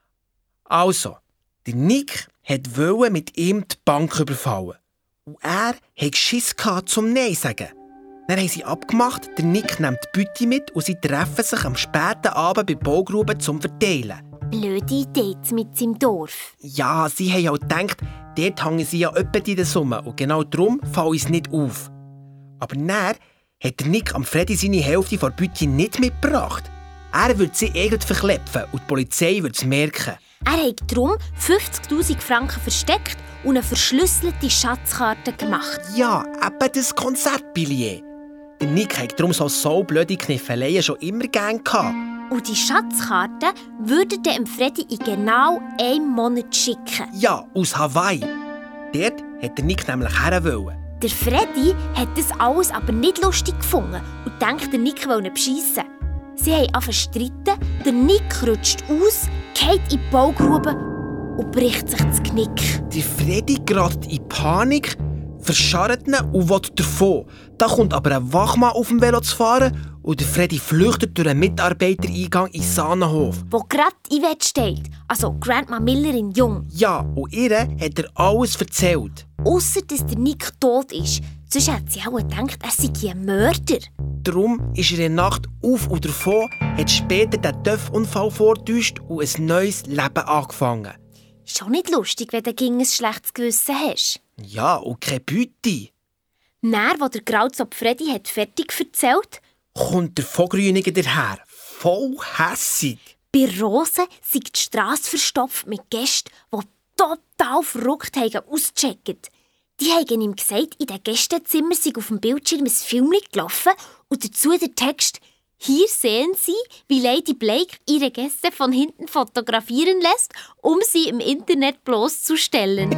Also, der Nick wollte mit ihm die Bank überfallen. Und er hatte Schiss zum Nein sagen. Dann haben sie abgemacht, der Nick nimmt die Beute mit und sie treffen sich am späten Abend bei Baugruben zum Verteilen. Blöde Idee mit seinem Dorf. Ja, sie haben auch gedacht, dort hängen sie ja öppe in der Summe und genau darum fallen es nicht auf. Aber dann hat der Nick am Freddy seine Hälfte von der Beute nicht mitgebracht. Er würde sie eigentlich verklepfen und die Polizei würde es merken. Er hat darum 50'000 Franken versteckt und eine verschlüsselte Schatzkarte gemacht. Ja, eben das Konzertbillett. Der Nick hat darum so blöde Kniffeleien schon immer gerne gehabt. Und die Schatzkarte würde dem Freddy in genau 1 Monat schicken. Ja, aus Hawaii. Dort hat der Nick nämlich herwollen. Der Freddy hat das alles aber nicht lustig gefunden und denkt, der Nick wolle beschissen. Sie haben angefangen zu streiten, der Nick rutscht aus, geht in die Baugrube und bricht sich das Knick. Der Freddy gerät in Panik, verscharrt ihn und will davon. Da kommt aber ein Wachmann auf dem Velo zu fahren und der Freddy flüchtet durch einen Mitarbeitereingang in den Sahnenhof. Wo gerade Yvette steht, also Grandma Miller in Jung. Ja, und ihr hat er alles erzählt. Ausser, dass der Nick tot ist. Sonst hat sie auch gedacht, er sei ein Mörder. Darum ist er in der Nacht auf und davon, hat später den Töpfunfall vorgetäuscht und ein neues Leben angefangen. Schon nicht lustig, wenn du gegen ein schlechtes Gewissen hast. Ja, und keine Beute. Dann, als der Grauzopf Freddy hat fertig erzählt, kommt der Vogrüniger daher. Voll hässig. Bei Rosen sei die Strasse verstopft mit Gästen, die total verrückt haben ausgecheckt. Die haben ihm gesagt, in den Gästezimmer sei auf dem Bildschirm ein Film gelaufen und dazu der Text «Hier sehen Sie, wie Lady Blake ihre Gäste von hinten fotografieren lässt, um sie im Internet bloßzustellen.»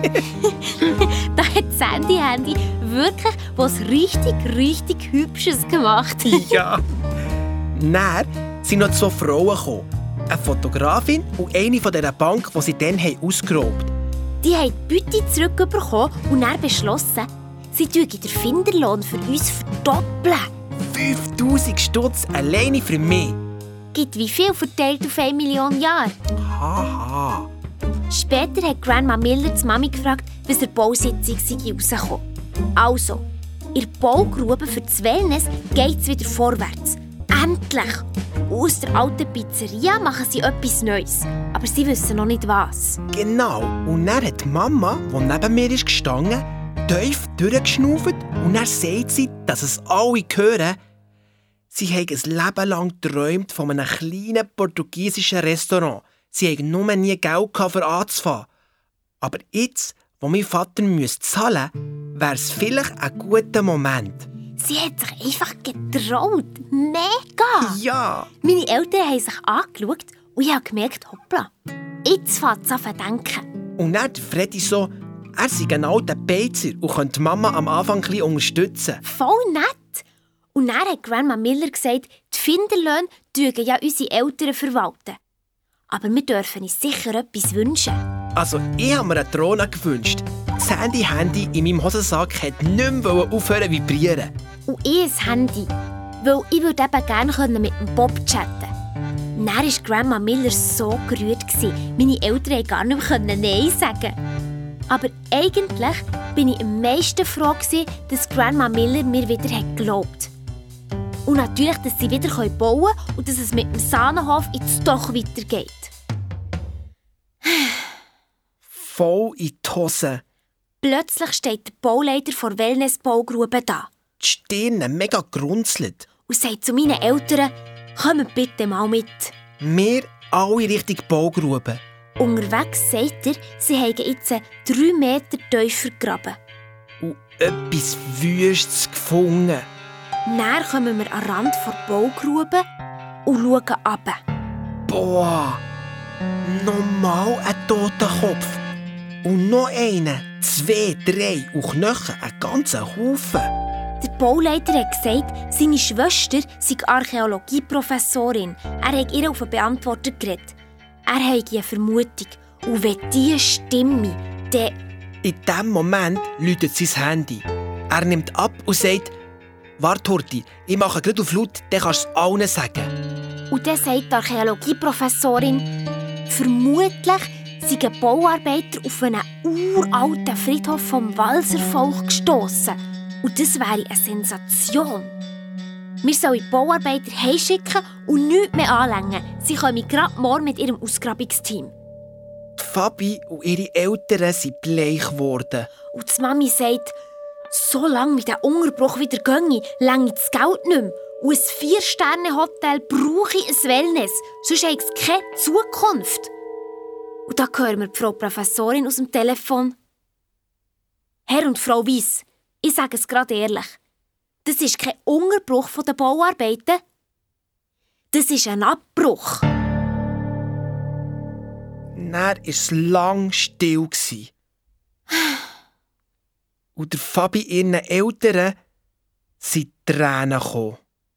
Da hat Sandy Handy wirklich was richtig Hübsches gemacht. Ja. Dann sind noch 2 Frauen gekommen. Eine Fotografin und eine von dieser Bank, die sie dann ausgeraubt haben. Die haben die Beute zurückbekommen und dann beschlossen, sie würden den Finderlohn für uns verdoppeln. 5'000 Stutz alleine für mich. Gibt wie viel verteilt auf 1 Million Jahre? Haha. Später hat Grandma Miller die Mami gefragt, was der Bausitzung sei rausgekommen. Also, in der Baugrube für das Wellness geht es wieder vorwärts. Endlich! Aus der alten Pizzeria machen sie etwas Neues. Aber sie wissen noch nicht was. Genau. Und dann hat die Mama, die neben mir ist gestanden, tief durchgeschnauft und dann sagt sie, dass es alle hören. Sie haben ein Leben lang geträumt von einem kleinen portugiesischen Restaurant. Sie hatten nur nie Geld für anzufahren. Aber jetzt, wo mein Vater zahlen müsste, wäre es vielleicht ein guter Moment. Sie hat sich einfach getraut. Mega! Ja! Meine Eltern haben sich angeschaut und ich habe gemerkt, hoppla, jetzt fängt es an zu denken. Und dann Freddy so, er sei ein alter Beizer und könnte Mama am Anfang ein bisschen unterstützen. Voll nett! Und dann hat Grandma Miller gesagt, die Finderlöhne dürfen ja unsere Eltern verwalten. Aber wir dürfen uns sicher etwas wünschen. Also, ich habe mir eine Drohne gewünscht. Das Handy in meinem Hosensack hat nicht mehr aufhören zu vibrieren. Und ich ein Handy, weil ich würde eben gerne mit dem Bob chatten. Dann war Grandma Miller so gerührt. Meine Eltern konnten gar nicht mehr Nein sagen. Aber eigentlich bin ich am meisten froh, dass Grandma Miller mir wieder geglaubt hat. Und natürlich, dass sie wieder bauen können und dass es mit dem Sahnenhof jetzt doch weitergeht. Voll in die Hose. Plötzlich steht der Bauleiter vor der Wellness-Baugrube da Die Stirn mega grunzelt. und sagt zu meinen Eltern, kommt bitte mal mit. Wir alle Richtung Baugrube. Unterwegs sagt er, sie haben jetzt 3 Meter tiefer gegraben. Und etwas Wüstes gefunden. Dann kommen wir an den Rand der Baugrube und schauen runter. Boah, nochmal ein toter Kopf. Und noch einen, 2, 3 und Knochen, einen ganzen Haufen. Der Bauleiter hat gesagt, seine Schwester sei Archäologieprofessorin. Er hat ihr auf einen Beantworter geredet. Er hat eine Vermutung. Und wenn die stimme, dann... In diesem Moment läutet sein Handy. Er nimmt ab und sagt, «Warte, Horti, ich mache gerade auf laut, dann kannst du es allen sagen.» Und dann sagt die Archäologieprofessorin, vermutlich seien Bauarbeiter auf einen uralten Friedhof vom Walservolk gestossen. Und das wäre eine Sensation. Wir sollen die Bauarbeiter heimschicken und nichts mehr anlängen. Sie kommen gerade morgen mit ihrem Ausgrabungsteam. Die Fabi und ihre Eltern sind bleich geworden. Und die Mami sagt, so lange wie der Unterbruch wieder ginge, reicht das Geld nicht mehr. Und ein 4-Sterne-Hotel brauche ich ein Wellness, sonst hat es keine Zukunft. Und da hören wir die Frau Professorin aus dem Telefon. Herr und Frau Weiss, ich sage es gerade ehrlich, das ist kein Unterbruch der Bauarbeiten, das ist ein Abbruch. Dann war es lang still. Und der Fabi ihren Eltern sind Tränen gekommen.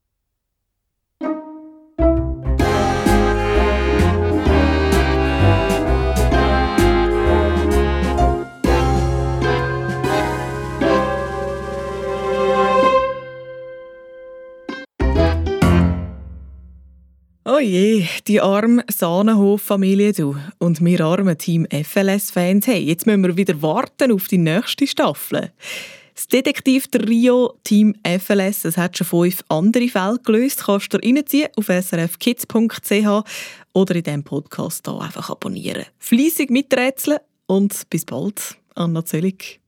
Oh je, die arme Sahnenhof-Familie, du. Und wir armen Team FLS-Fans, hey, jetzt müssen wir wieder warten auf die nächste Staffel. Das Detektiv-Trio Team FLS, das hat schon 5 andere Fälle gelöst. Kannst du reinziehen auf srfkids.ch oder in diesem Podcast hier einfach abonnieren. Fleissig miträtseln und bis bald. Anna Zöllig.